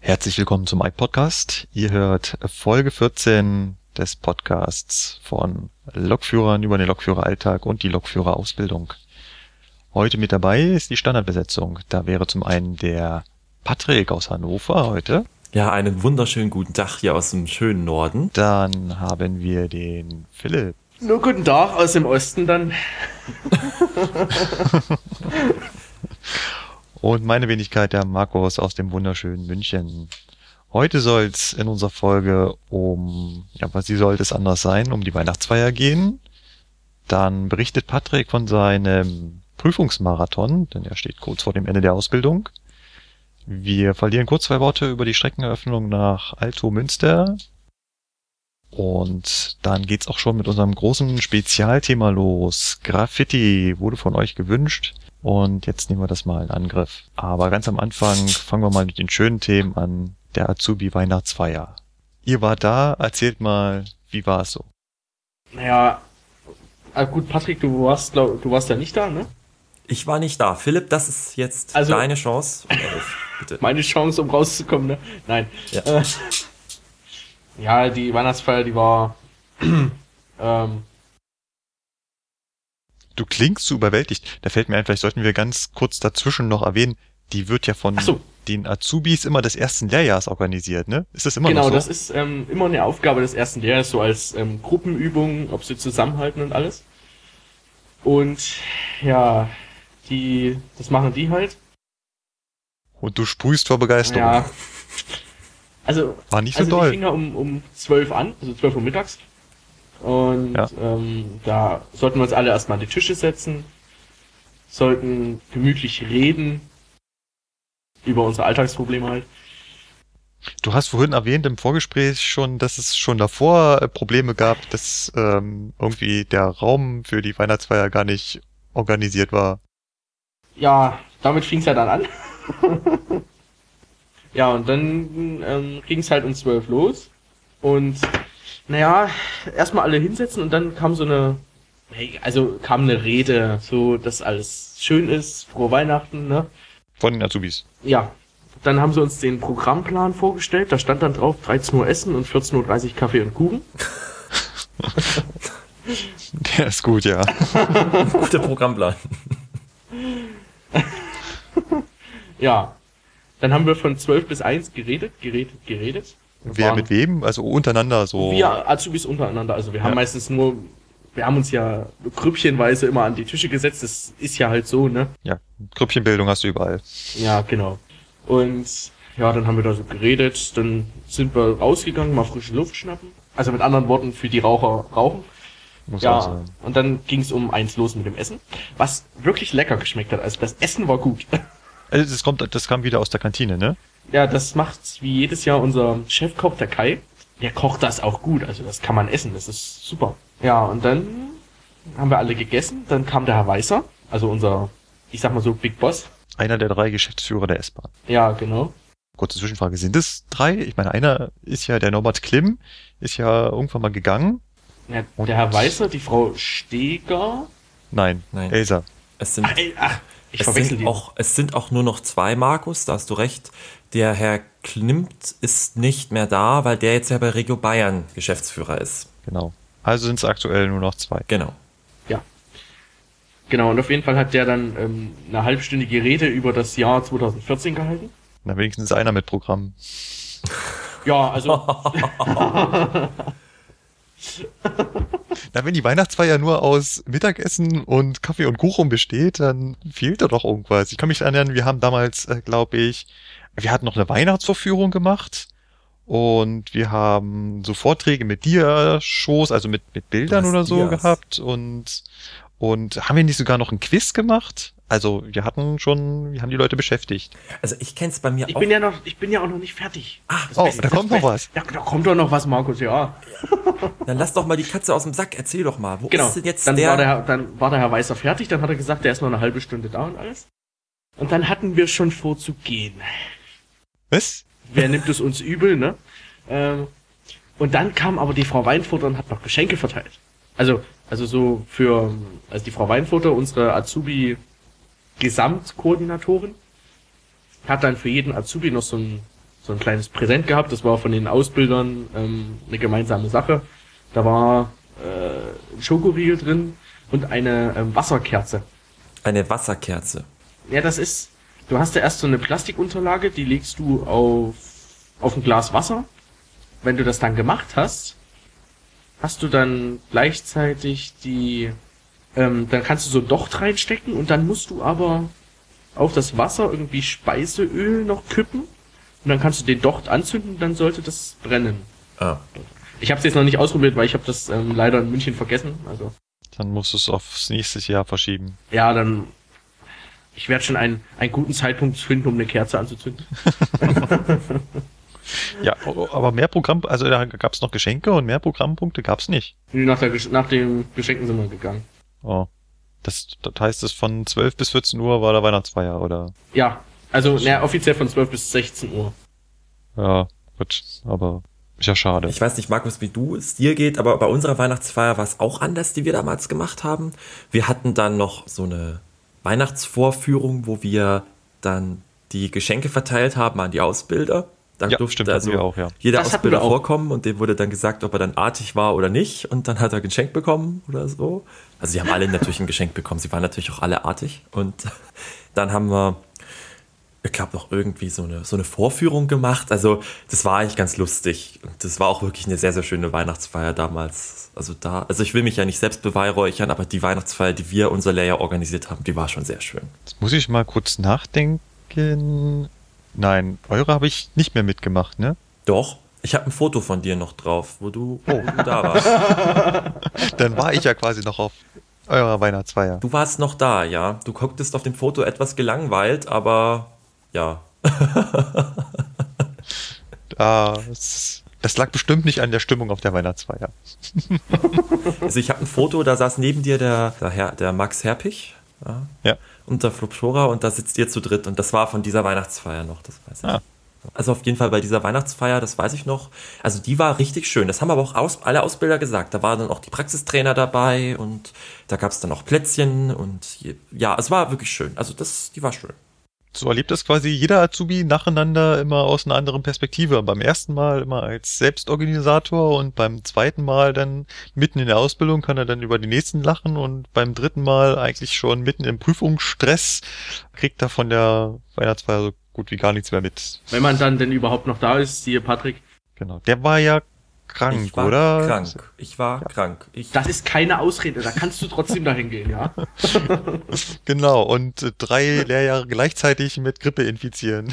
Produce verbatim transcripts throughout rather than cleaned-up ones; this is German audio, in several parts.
Herzlich willkommen zum iPodcast. Ihr hört Folge vierzehn des Podcasts von Lokführern über den Lokführeralltag und die Lokführerausbildung. Heute mit dabei ist die Standardbesetzung. Da wäre zum einen der Patrick aus Hannover heute. Ja, einen wunderschönen guten Tag hier aus dem schönen Norden. Dann haben wir den Philipp. Nur guten Tag aus dem Osten dann. Und meine Wenigkeit, der Markus aus dem wunderschönen München. Heute soll es in unserer Folge um, ja, was sie sollte es anders sein, um die Weihnachtsfeier gehen. Dann berichtet Patrick von seinem Prüfungsmarathon, denn er steht kurz vor dem Ende der Ausbildung. Wir verlieren kurz zwei Worte über die Streckeneröffnung nach Altomünster. Und dann geht's auch schon mit unserem großen Spezialthema los. Graffiti wurde von euch gewünscht. Und jetzt nehmen wir das mal in Angriff. Aber ganz am Anfang fangen wir mal mit den schönen Themen an. Der Azubi-Weihnachtsfeier. Ihr wart da, erzählt mal, wie war es so? Naja, gut, Patrick, du warst, glaub, du warst ja nicht da, ne? Ich war nicht da. Philipp, das ist jetzt also, deine Chance. Bitte. Meine Chance, um rauszukommen, ne? Nein. Ja, äh, ja die Weihnachtsfeier, die war... ähm, Du klingst so überwältigt. Da fällt mir ein, vielleicht sollten wir ganz kurz dazwischen noch erwähnen, die wird ja von so. den Azubis immer des ersten Lehrjahrs organisiert, ne? Ist das immer genau, noch so? Genau, das ist ähm, immer eine Aufgabe des ersten Lehrjahrs, so als ähm, Gruppenübung, ob sie zusammenhalten und alles. Und ja, die, das machen die halt. Und du sprühst vor Begeisterung. Ja. Also, war nicht so also doll. Die fing ja um, um zwölf an, also zwölf Uhr mittags. Und ja. ähm, da sollten wir uns alle erstmal an die Tische setzen, sollten gemütlich reden über unsere Alltagsprobleme halt. Du hast vorhin erwähnt im Vorgespräch schon, dass es schon davor Probleme gab, dass ähm, irgendwie der Raum für die Weihnachtsfeier gar nicht organisiert war. Ja, damit fing es ja dann an. Ja, und dann ähm, ging es halt um zwölf los und naja, erstmal alle hinsetzen und dann kam so eine, also kam eine Rede, so, dass alles schön ist, frohe Weihnachten, ne? Von den Azubis. Ja, dann haben sie uns den Programmplan vorgestellt, da stand dann drauf dreizehn Uhr Essen und vierzehn Uhr dreißig Kaffee und Kuchen. Der ist gut, ja. Guter Programmplan. Ja, dann haben wir von zwölf bis eins geredet, geredet, geredet. Wer mit wem? Also untereinander so? Wir Azubis untereinander. Also wir haben ja. meistens nur, wir haben uns ja grüppchenweise immer an die Tische gesetzt. Das ist ja halt so, ne? Ja, Grüppchenbildung hast du überall. Ja, genau. Und ja, dann haben wir da so geredet. Dann sind wir rausgegangen, mal frische Luft schnappen. Also mit anderen Worten, für die Raucher rauchen. Muss ja, auch sein. Und dann ging es um eins los mit dem Essen. Was wirklich lecker geschmeckt hat. Also das Essen war gut. Also das kommt, das kam wieder aus der Kantine, ne? Ja, das macht wie jedes Jahr unser Chefkoch, der Kai. Der kocht das auch gut, also das kann man essen, das ist super. Ja, und dann haben wir alle gegessen, dann kam der Herr Weißer, also unser, ich sag mal so, Big Boss. Einer der drei Geschäftsführer der S-Bahn. Ja, genau. Kurze Zwischenfrage, sind es drei? Ich meine, einer ist ja, der Norbert Klimm, ist ja irgendwann mal gegangen. Ja, der Herr Weißer, die Frau Steger. Nein, Nein. Elsa. Es sind... Ach, ey, ach. Ich es verwechsel sind die. Auch, es sind auch nur noch zwei, Markus, da hast du recht. Der Herr Klimt ist nicht mehr da, weil der jetzt ja bei Regio Bayern Geschäftsführer ist. Genau. Also sind es aktuell nur noch zwei. Genau. Ja. Genau, und auf jeden Fall hat der dann ähm, eine halbstündige Rede über das Jahr zwanzig vierzehn gehalten. Na, wenigstens einer mit Programm. Ja, also... Na, wenn die Weihnachtsfeier nur aus Mittagessen und Kaffee und Kuchen besteht, dann fehlt da doch irgendwas. Ich kann mich erinnern, wir haben damals, äh, glaube ich, wir hatten noch eine Weihnachtsvorführung gemacht und wir haben so Vorträge mit Dia-Shows, also mit mit Bildern oder so Dias. gehabt und und haben wir nicht sogar noch ein Quiz gemacht? Also wir hatten schon, wir haben die Leute beschäftigt. Also ich kenn's bei mir Ich auch. bin ja noch, ich bin ja auch noch nicht fertig. Ah, oh, da kommt noch was. Ja, da kommt doch noch was, Markus, ja. Dann lass doch mal die Katze aus dem Sack, erzähl doch mal. Wo Genau, ist denn jetzt dann, der... War der, dann war der Herr Weißer fertig, dann hat er gesagt, der ist noch eine halbe Stunde da und alles. Und dann hatten wir schon vor zu gehen. Was? Wer nimmt es uns übel, ne? Ähm, und dann kam aber die Frau Weinfurter und hat noch Geschenke verteilt. Also, also so für, also die Frau Weinfurter, unsere Azubi Gesamtkoordinatorin, hat dann für jeden Azubi noch so ein so ein kleines Präsent gehabt. Das war von den Ausbildern ähm, eine gemeinsame Sache. Da war äh, ein Schokoriegel drin und eine ähm, Wasserkerze. Eine Wasserkerze. Ja, das ist, du hast ja erst so eine Plastikunterlage, die legst du auf, auf ein Glas Wasser. Wenn du das dann gemacht hast, hast du dann gleichzeitig die, ähm, dann kannst du so Docht reinstecken und dann musst du aber auf das Wasser irgendwie Speiseöl noch kippen und dann kannst du den Docht anzünden und dann sollte das brennen. Ah. Ich habe es jetzt noch nicht ausprobiert, weil ich habe das ähm, leider in München vergessen. Also Dann musst du es aufs nächste Jahr verschieben. ja, dann ich werde schon einen, einen guten Zeitpunkt finden, um eine Kerze anzuzünden. Ja, aber mehr Programm, also da gab es noch Geschenke und mehr Programmpunkte gab es nicht. Nach, der, nach dem Geschenken sind wir gegangen. Oh. Das, das heißt, es von zwölf bis vierzehn Uhr war der Weihnachtsfeier, oder? Ja, also na, offiziell von zwölf bis sechzehn Uhr. Ja, gut, aber ist ja schade. Ich weiß nicht, Markus, wie du es dir geht, aber bei unserer Weihnachtsfeier war es auch anders, die wir damals gemacht haben. Wir hatten dann noch so eine Weihnachtsvorführung, wo wir dann die Geschenke verteilt haben an die Ausbilder. Da Ja, durfte stimmt, also hatten wir auch, ja. jeder Das hatten Ausbilder wir auch. vorkommen und dem wurde dann gesagt, ob er dann artig war oder nicht. Und dann hat er ein Geschenk bekommen oder so. Also sie haben alle natürlich ein Geschenk bekommen. Sie waren natürlich auch alle artig. Und dann haben wir, ich glaube, noch irgendwie so eine, so eine Vorführung gemacht. Also das war eigentlich ganz lustig. Und das war auch wirklich eine sehr, sehr schöne Weihnachtsfeier damals. Also da, also ich will mich ja nicht selbst beweihräuchern, aber die Weihnachtsfeier, die wir, unser Lehrjahr organisiert haben, die war schon sehr schön. Jetzt muss ich mal kurz nachdenken. Nein, eure habe ich nicht mehr mitgemacht, ne? Doch, ich habe ein Foto von dir noch drauf, wo du, wo du da warst. Dann war ich ja quasi noch auf eurer Weihnachtsfeier. Du warst noch da, ja. Du gucktest auf dem Foto etwas gelangweilt, aber ja. Das, das lag bestimmt nicht an der Stimmung auf der Weihnachtsfeier. Also ich habe ein Foto, da saß neben dir der, der, Herr, der Max Herpich. Ja. Ja. Und der Flop Schora und da sitzt ihr zu dritt und das war von dieser Weihnachtsfeier noch, das weiß ich. Ah. Also auf jeden Fall bei dieser Weihnachtsfeier, das weiß ich noch, also die war richtig schön, das haben aber auch aus, alle Ausbilder gesagt, da waren dann auch die Praxistrainer dabei und da gab es dann auch Plätzchen und je, ja, es war wirklich schön, also das, die war schön. So erlebt das quasi jeder Azubi nacheinander immer aus einer anderen Perspektive. Beim ersten Mal immer als Selbstorganisator und beim zweiten Mal dann mitten in der Ausbildung kann er dann über die nächsten lachen und beim dritten Mal eigentlich schon mitten im Prüfungsstress kriegt er von der Weihnachtsfeier so gut wie gar nichts mehr mit. Wenn man dann denn überhaupt noch da ist, siehe Patrick. Genau. Der war ja krank, ich war oder? krank, ich war ja. krank. Ich Das ist keine Ausrede, da kannst du trotzdem dahin gehen, ja? Genau, und äh, drei Lehrjahre gleichzeitig mit Grippe infizieren.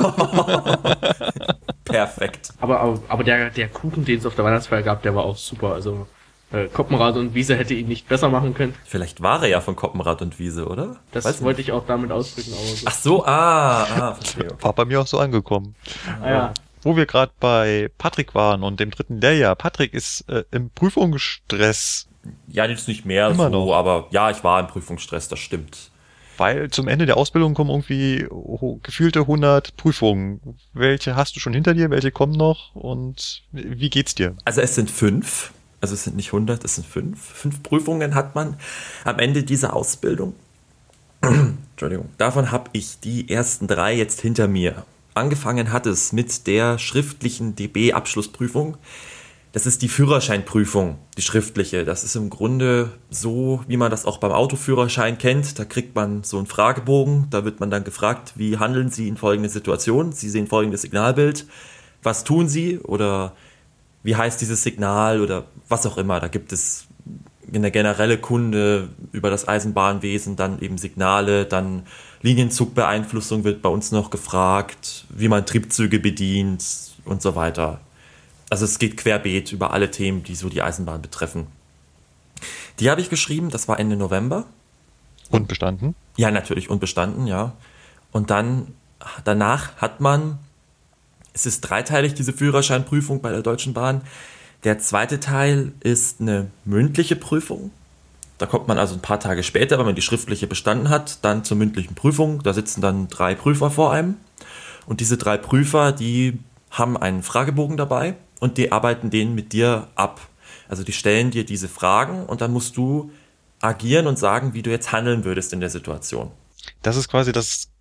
Perfekt. Aber, aber, aber der, der Kuchen, den es auf der Weihnachtsfeier gab, der war auch super. Also äh, Koppenrad und Wiese hätte ihn nicht besser machen können. Vielleicht war er ja von Koppenrad und Wiese, oder? Das Weiß wollte ich auch damit ausdrücken. Aber so. Ach so, ah, ah, verstehe. Okay. War bei mir auch so angekommen. Ah, ja. Wo wir gerade bei Patrick waren und dem dritten Lehrjahr. Patrick ist äh, im Prüfungsstress, Ja, jetzt nicht mehr Immer so, noch. aber ja, ich war im Prüfungsstress, das stimmt. weil zum Ende der Ausbildung kommen irgendwie ho- gefühlte hundert Prüfungen. Welche hast du schon hinter dir, welche kommen noch und wie geht's dir? Also es sind fünf, also es sind nicht hundert, es sind fünf. Fünf Prüfungen hat man am Ende dieser Ausbildung. Entschuldigung. Davon habe ich die ersten drei jetzt hinter mir. Angefangen hat es mit der schriftlichen D B-Abschlussprüfung. Das ist die Führerscheinprüfung, die schriftliche. Das ist im Grunde so, wie man das auch beim Autoführerschein kennt. Da kriegt man so einen Fragebogen. Da wird man dann gefragt, wie handeln Sie in folgender Situation? Sie sehen folgendes Signalbild. Was tun Sie? Oder wie heißt dieses Signal? Oder was auch immer. Da gibt es eine generelle Kunde über das Eisenbahnwesen, dann eben Signale, dann Linienzugbeeinflussung wird bei uns noch gefragt, wie man Triebzüge bedient und so weiter. Also es geht querbeet über alle Themen, die so die Eisenbahn betreffen. Die habe ich geschrieben, das war Ende November. Und bestanden? Ja, natürlich, und bestanden, ja. Und dann, danach hat man, es ist dreiteilig, diese Führerscheinprüfung bei der Deutschen Bahn. Der zweite Teil ist eine mündliche Prüfung. Da kommt man also ein paar Tage später, wenn man die schriftliche bestanden hat, dann zur mündlichen Prüfung. Da sitzen dann drei Prüfer vor einem. Und diese drei Prüfer, die haben einen Fragebogen dabei und die arbeiten den mit dir ab. Also die stellen dir diese Fragen und dann musst du agieren und sagen, wie du jetzt handeln würdest in der Situation. Das ist quasi das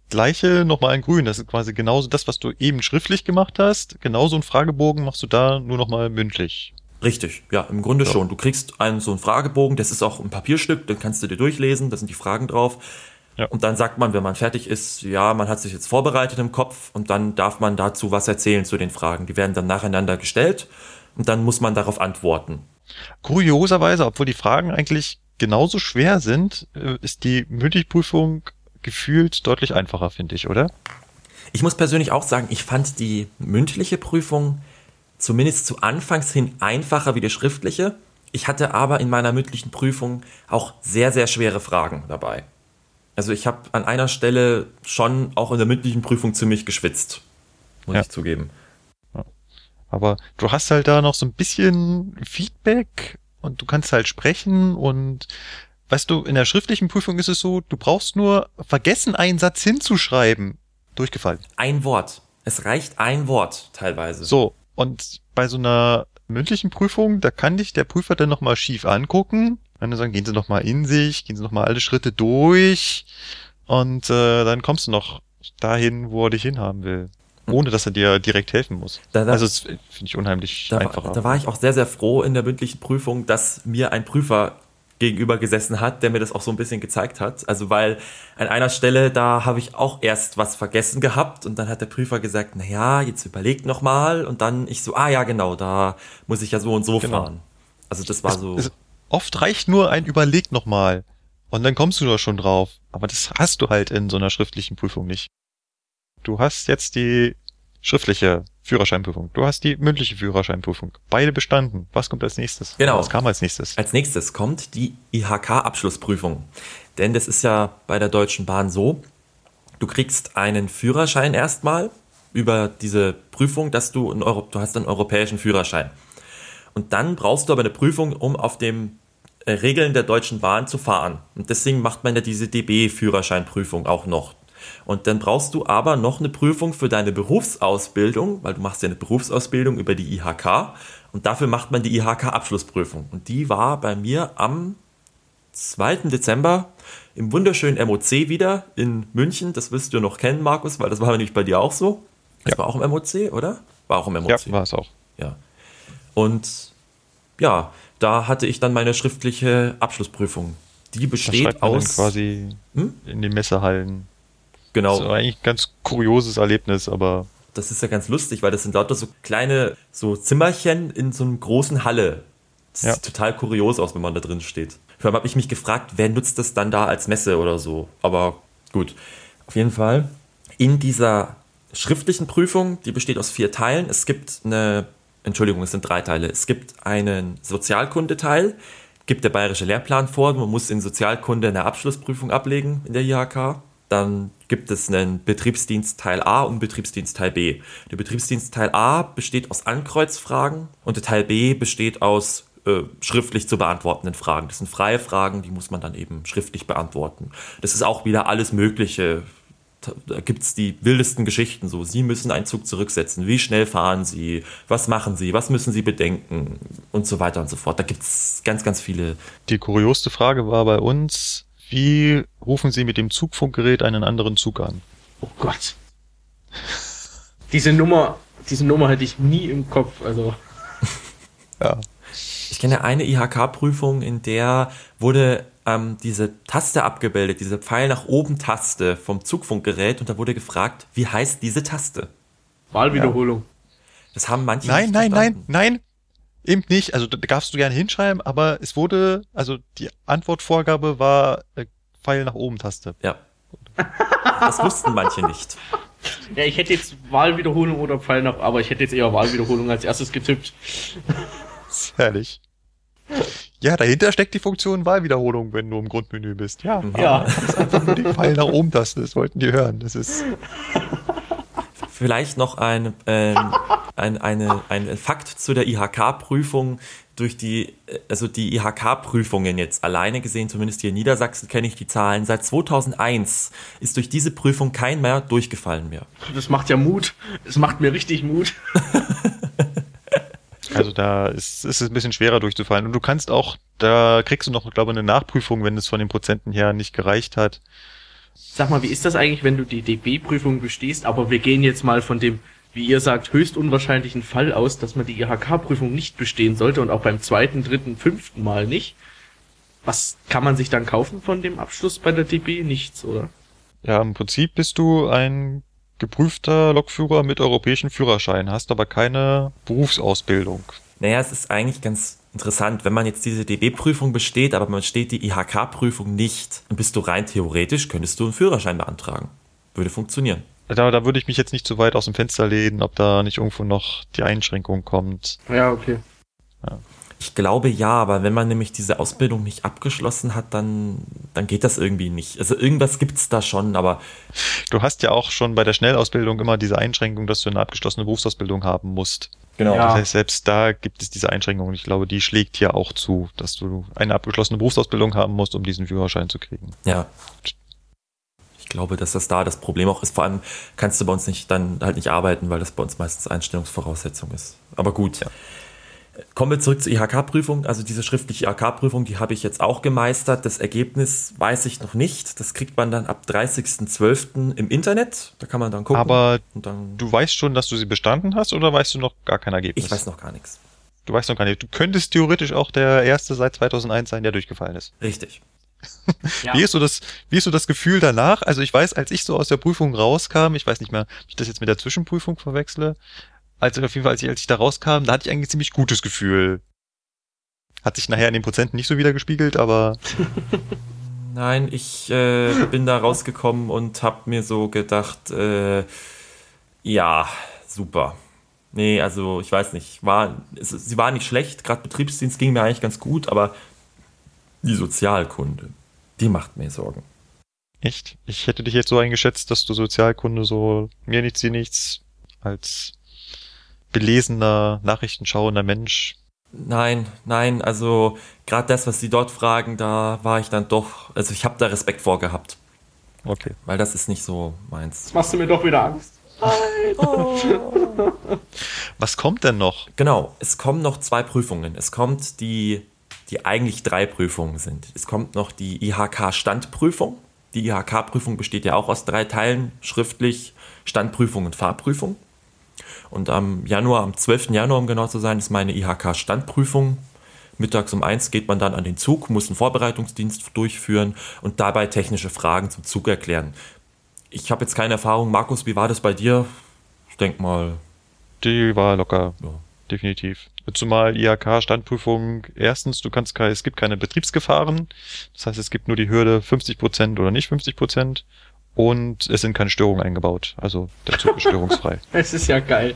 Gleiche nochmal in grün. Das ist quasi genauso das, was du eben schriftlich gemacht hast. Genauso einen Fragebogen machst du da nur nochmal mündlich. Richtig, ja, im Grunde Ja. schon. Du kriegst einen so einen Fragebogen, das ist auch ein Papierstück, den kannst du dir durchlesen, da sind die Fragen drauf. Ja. Und dann sagt man, wenn man fertig ist, ja, man hat sich jetzt vorbereitet im Kopf und dann darf man dazu was erzählen zu den Fragen. Die werden dann nacheinander gestellt und dann muss man darauf antworten. Kurioserweise, obwohl die Fragen eigentlich genauso schwer sind, äh, ist die Mündlichprüfung gefühlt deutlich einfacher, finde ich, oder? Ich muss persönlich auch sagen, ich fand die mündliche Prüfung zumindest zu Anfangs hin einfacher wie die schriftliche. Ich hatte aber in meiner mündlichen Prüfung auch sehr, sehr schwere Fragen dabei. Also ich habe an einer Stelle schon auch in der mündlichen Prüfung ziemlich geschwitzt, muss Ja. ich zugeben. Aber du hast halt da noch so ein bisschen Feedback und du kannst halt sprechen und weißt du, in der schriftlichen Prüfung ist es so, du brauchst nur vergessen, einen Satz hinzuschreiben. Durchgefallen. Ein Wort. Es reicht ein Wort teilweise. So, und bei so einer mündlichen Prüfung, da kann dich der Prüfer dann nochmal schief angucken. Dann sagen, gehen Sie nochmal in sich, gehen Sie nochmal alle Schritte durch und äh, dann kommst du noch dahin, wo er dich hinhaben will. Ohne, dass er dir direkt helfen muss. Da- da- also das finde ich unheimlich Da, einfacher. war- da war ich auch sehr, sehr froh in der mündlichen Prüfung, dass mir ein Prüfer gegenüber gesessen hat, der mir das auch so ein bisschen gezeigt hat. Also weil an einer Stelle, da habe ich auch erst was vergessen gehabt und dann hat der Prüfer gesagt, na ja, jetzt überlegt noch mal und dann ich so, ah ja, genau, da muss ich ja so und so Genau. fahren. Also das war es, so. es, oft reicht nur ein Überleg nochmal und dann kommst du da schon drauf. Aber das hast du halt in so einer schriftlichen Prüfung nicht. Du hast jetzt die schriftliche Führerscheinprüfung. Du hast die mündliche Führerscheinprüfung. Beide bestanden. Was kommt als nächstes? Genau. Was kam als nächstes? Als nächstes kommt die I H K-Abschlussprüfung. Denn das ist ja bei der Deutschen Bahn so, du kriegst einen Führerschein erstmal über diese Prüfung, dass du, einen Euro, du hast einen europäischen Führerschein. Und dann brauchst du aber eine Prüfung, um auf den äh, Regeln der Deutschen Bahn zu fahren. Und deswegen macht man ja diese D B-Führerscheinprüfung auch noch. Und dann brauchst du aber noch eine Prüfung für deine Berufsausbildung, weil du machst ja eine Berufsausbildung über die I H K und dafür macht man die I H K-Abschlussprüfung. Und die war bei mir am zweiten Dezember im wunderschönen M O C wieder in München. Das wirst du noch kennen, Markus, weil das war nämlich bei dir auch so. Das Ja. war auch im M O C, oder? War auch im M O Ja, C. war es auch. Ja. Und ja, da hatte ich dann meine schriftliche Abschlussprüfung. Die Das besteht schreibt man dann aus... quasi Hm? in den Messehallen. Genau. Das ist eigentlich ein ganz kurioses Erlebnis, aber Das ist ja ganz lustig, weil das sind lauter so kleine so Zimmerchen in so einer großen Halle. Das Ja. sieht total kurios aus, wenn man da drin steht. Vor allem habe ich mich gefragt, wer nutzt das dann da als Messe oder so. Aber gut, auf jeden Fall. In dieser schriftlichen Prüfung, die besteht aus vier Teilen. Es gibt eine, Entschuldigung, es sind drei Teile. Es gibt einen Sozialkundeteil, gibt der bayerische Lehrplan vor. Man muss in Sozialkunde eine Abschlussprüfung ablegen in der I H K. Dann gibt es einen Betriebsdienst Teil A und Betriebsdienst Teil B. Der Betriebsdienst Teil A besteht aus Ankreuzfragen und der Teil B besteht aus äh, schriftlich zu beantwortenden Fragen. Das sind freie Fragen, die muss man dann eben schriftlich beantworten. Das ist auch wieder alles Mögliche. Da gibt es die wildesten Geschichten. So, Sie müssen einen Zug zurücksetzen. Wie schnell fahren Sie? Was machen Sie? Was müssen Sie bedenken? Und so weiter und so fort. Da gibt es ganz, ganz viele. die kurioseste Frage war bei uns, wie rufen Sie mit dem Zugfunkgerät einen anderen Zug an? Oh Gott. Diese Nummer, diese Nummer hätte ich nie im Kopf. Also Ja. Ich kenne eine I H K-Prüfung, in der wurde ähm, diese Taste abgebildet, diese Pfeil nach oben Taste vom Zugfunkgerät und da wurde gefragt, wie heißt diese Taste? Wahlwiederholung. Das haben manche Nein, nicht nein, nein, verstanden. nein. Eben nicht. Also da darfst du gerne hinschreiben, aber es wurde, also die Antwortvorgabe war äh, Pfeil nach oben Taste. Ja. Das wussten manche nicht. Ja, ich hätte jetzt Wahlwiederholung oder Pfeil nach, aber ich hätte jetzt eher Wahlwiederholung als erstes getippt. Herrlich. Ja, dahinter steckt die Funktion Wahlwiederholung, wenn du im Grundmenü bist. Ja, Ja. das ist einfach nur die Pfeil nach oben Taste. Das wollten die hören. Das ist Vielleicht noch ein, ähm, ein, eine, ein Fakt zu der I H K-Prüfung. Durch die, also die I H K-Prüfungen jetzt alleine gesehen, zumindest hier in Niedersachsen kenne ich die Zahlen, seit zweitausendeins ist durch diese Prüfung kein mehr durchgefallen mehr. Das macht ja Mut. Es macht mir richtig Mut. Also da ist, ist es ein bisschen schwerer durchzufallen. Und du kannst auch, da kriegst du noch, glaube ich, eine Nachprüfung, wenn es von den Prozenten her nicht gereicht hat. Sag mal, wie ist das eigentlich, wenn du die D B-Prüfung bestehst, aber wir gehen jetzt mal von dem, wie ihr sagt, höchst unwahrscheinlichen Fall aus, dass man die I H K-Prüfung nicht bestehen sollte und auch beim zweiten, dritten, fünften Mal nicht. Was kann man sich dann kaufen von dem Abschluss bei der D B? Nichts, oder? Ja, im Prinzip bist du ein geprüfter Lokführer mit europäischem Führerschein, hast aber keine Berufsausbildung. Naja, es ist eigentlich ganz interessant, wenn man jetzt diese D B-Prüfung besteht, aber man besteht die I H K-Prüfung nicht, dann bist du rein theoretisch, könntest du einen Führerschein beantragen. Würde funktionieren. Da, da würde ich mich jetzt nicht zu weit aus dem Fenster lehnen, ob da nicht irgendwo noch die Einschränkung kommt. Ja, okay. Ja. Ich glaube ja, aber wenn man nämlich diese Ausbildung nicht abgeschlossen hat, dann, dann geht das irgendwie nicht. Also irgendwas gibt's da schon, aber... Du hast ja auch schon bei der Schnellausbildung immer diese Einschränkung, dass du eine abgeschlossene Berufsausbildung haben musst. Genau. Ja. Das heißt, selbst da gibt es diese Einschränkung. Ich glaube, die schlägt hier auch zu, dass du eine abgeschlossene Berufsausbildung haben musst, um diesen Führerschein zu kriegen. Ja. Ich glaube, dass das da das Problem auch ist. Vor allem kannst du bei uns nicht dann halt nicht arbeiten, weil das bei uns meistens Einstellungsvoraussetzung ist. Aber gut. Ja. Kommen wir zurück zur I H K-Prüfung. Also diese schriftliche I H K-Prüfung, die habe ich jetzt auch gemeistert. Das Ergebnis weiß ich noch nicht. Das kriegt man dann ab dreißigsten zwölften im Internet. Da kann man dann gucken. Aber und dann du weißt schon, dass du sie bestanden hast, oder weißt du noch gar kein Ergebnis? Ich weiß noch gar nichts. Du weißt noch gar nicht. Du könntest theoretisch auch der Erste seit zweitausendeins sein, der durchgefallen ist. Richtig. Ja. Wie ist so das, wie ist so das Gefühl danach? Also ich weiß, als ich so aus der Prüfung rauskam, ich weiß nicht mehr, ob ich das jetzt mit der Zwischenprüfung verwechsle, also auf jeden Fall, als ich, als ich da rauskam, da hatte ich eigentlich ein ziemlich gutes Gefühl. Hat sich nachher in den Prozenten nicht so wiedergespiegelt, aber... Nein, ich äh, bin da rausgekommen und habe mir so gedacht, äh, ja, super. Nee, also ich weiß nicht, war, es, sie war nicht schlecht, gerade Betriebsdienst ging mir eigentlich ganz gut, aber die Sozialkunde, die macht mir Sorgen. Echt? Ich hätte dich jetzt so eingeschätzt, dass du Sozialkunde so mir nichts, dir nichts als belesener, nachrichtenschauender Mensch. Nein, nein, also gerade das, was sie dort fragen, da war ich dann doch, also ich habe da Respekt vor gehabt. Okay. Weil das ist nicht so meins. Jetzt machst du mir doch wieder Angst. Was kommt denn noch? Genau, es kommen noch zwei Prüfungen. Es kommt die, die eigentlich drei Prüfungen sind. Es kommt noch die I H K-Standprüfung. Die I H K-Prüfung besteht ja auch aus drei Teilen, schriftlich, Standprüfung und Fahrprüfung. Und am Januar, am zwölften Januar, um genau zu sein, ist meine I H K-Standprüfung. Mittags um eins geht man dann an den Zug, muss einen Vorbereitungsdienst durchführen und dabei technische Fragen zum Zug erklären. Ich habe jetzt keine Erfahrung. Markus, wie war das bei dir? Ich denke mal... Die war locker, Ja. definitiv. Zumal I H K-Standprüfung, erstens, du kannst keine, es gibt keine Betriebsgefahren. Das heißt, es gibt nur die Hürde fünfzig Prozent oder nicht fünfzig Prozent. Und es sind keine Störungen eingebaut. Also der Zug ist störungsfrei. Es ist ja geil.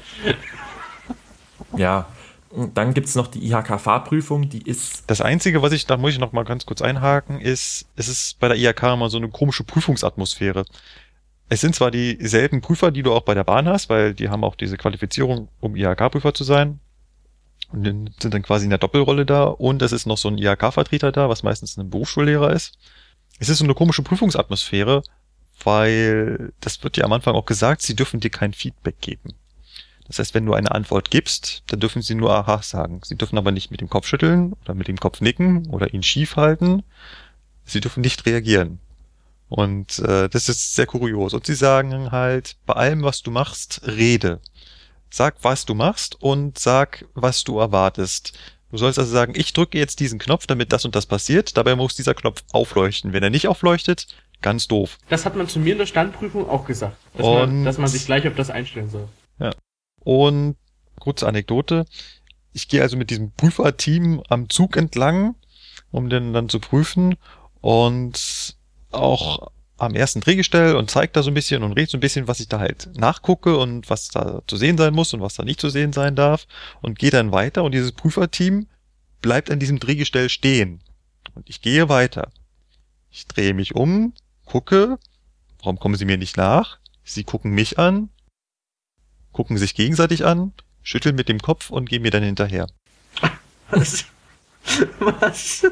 Ja, und dann gibt es noch die I H K-Fahrprüfung, die ist... Das Einzige, was ich, da muss ich noch mal ganz kurz einhaken, ist, es ist bei der I H K immer so eine komische Prüfungsatmosphäre. Es sind zwar dieselben Prüfer, die du auch bei der Bahn hast, weil die haben auch diese Qualifizierung, um I H K-Prüfer zu sein. Und sind dann quasi in der Doppelrolle da. Und es ist noch so ein I H K-Vertreter da, was meistens ein Berufsschullehrer ist. Es ist so eine komische Prüfungsatmosphäre, weil das wird dir am Anfang auch gesagt, sie dürfen dir kein Feedback geben. Das heißt, wenn du eine Antwort gibst, dann dürfen sie nur Aha sagen. Sie dürfen aber nicht mit dem Kopf schütteln oder mit dem Kopf nicken oder ihn schief halten. Sie dürfen nicht reagieren. Und äh, das ist sehr kurios. Und sie sagen halt, bei allem, was du machst, rede. Sag, was du machst und sag, was du erwartest. Du sollst also sagen, ich drücke jetzt diesen Knopf, damit das und das passiert. Dabei muss dieser Knopf aufleuchten. Wenn er nicht aufleuchtet, ganz doof. Das hat man zu mir in der Standprüfung auch gesagt. Dass, Und- man, dass man sich gleich auf das einstellen soll. Und kurze Anekdote. Ich gehe also mit diesem Prüferteam am Zug entlang, um den dann zu prüfen. Und auch am ersten Drehgestell und zeigt da so ein bisschen und redet so ein bisschen, was ich da halt nachgucke und was da zu sehen sein muss und was da nicht zu sehen sein darf. Und gehe dann weiter und dieses Prüferteam bleibt an diesem Drehgestell stehen. Und ich gehe weiter. Ich drehe mich um, gucke, warum kommen sie mir nicht nach? Sie gucken mich an, gucken sich gegenseitig an, schütteln mit dem Kopf und gehen mir dann hinterher. Was? Was?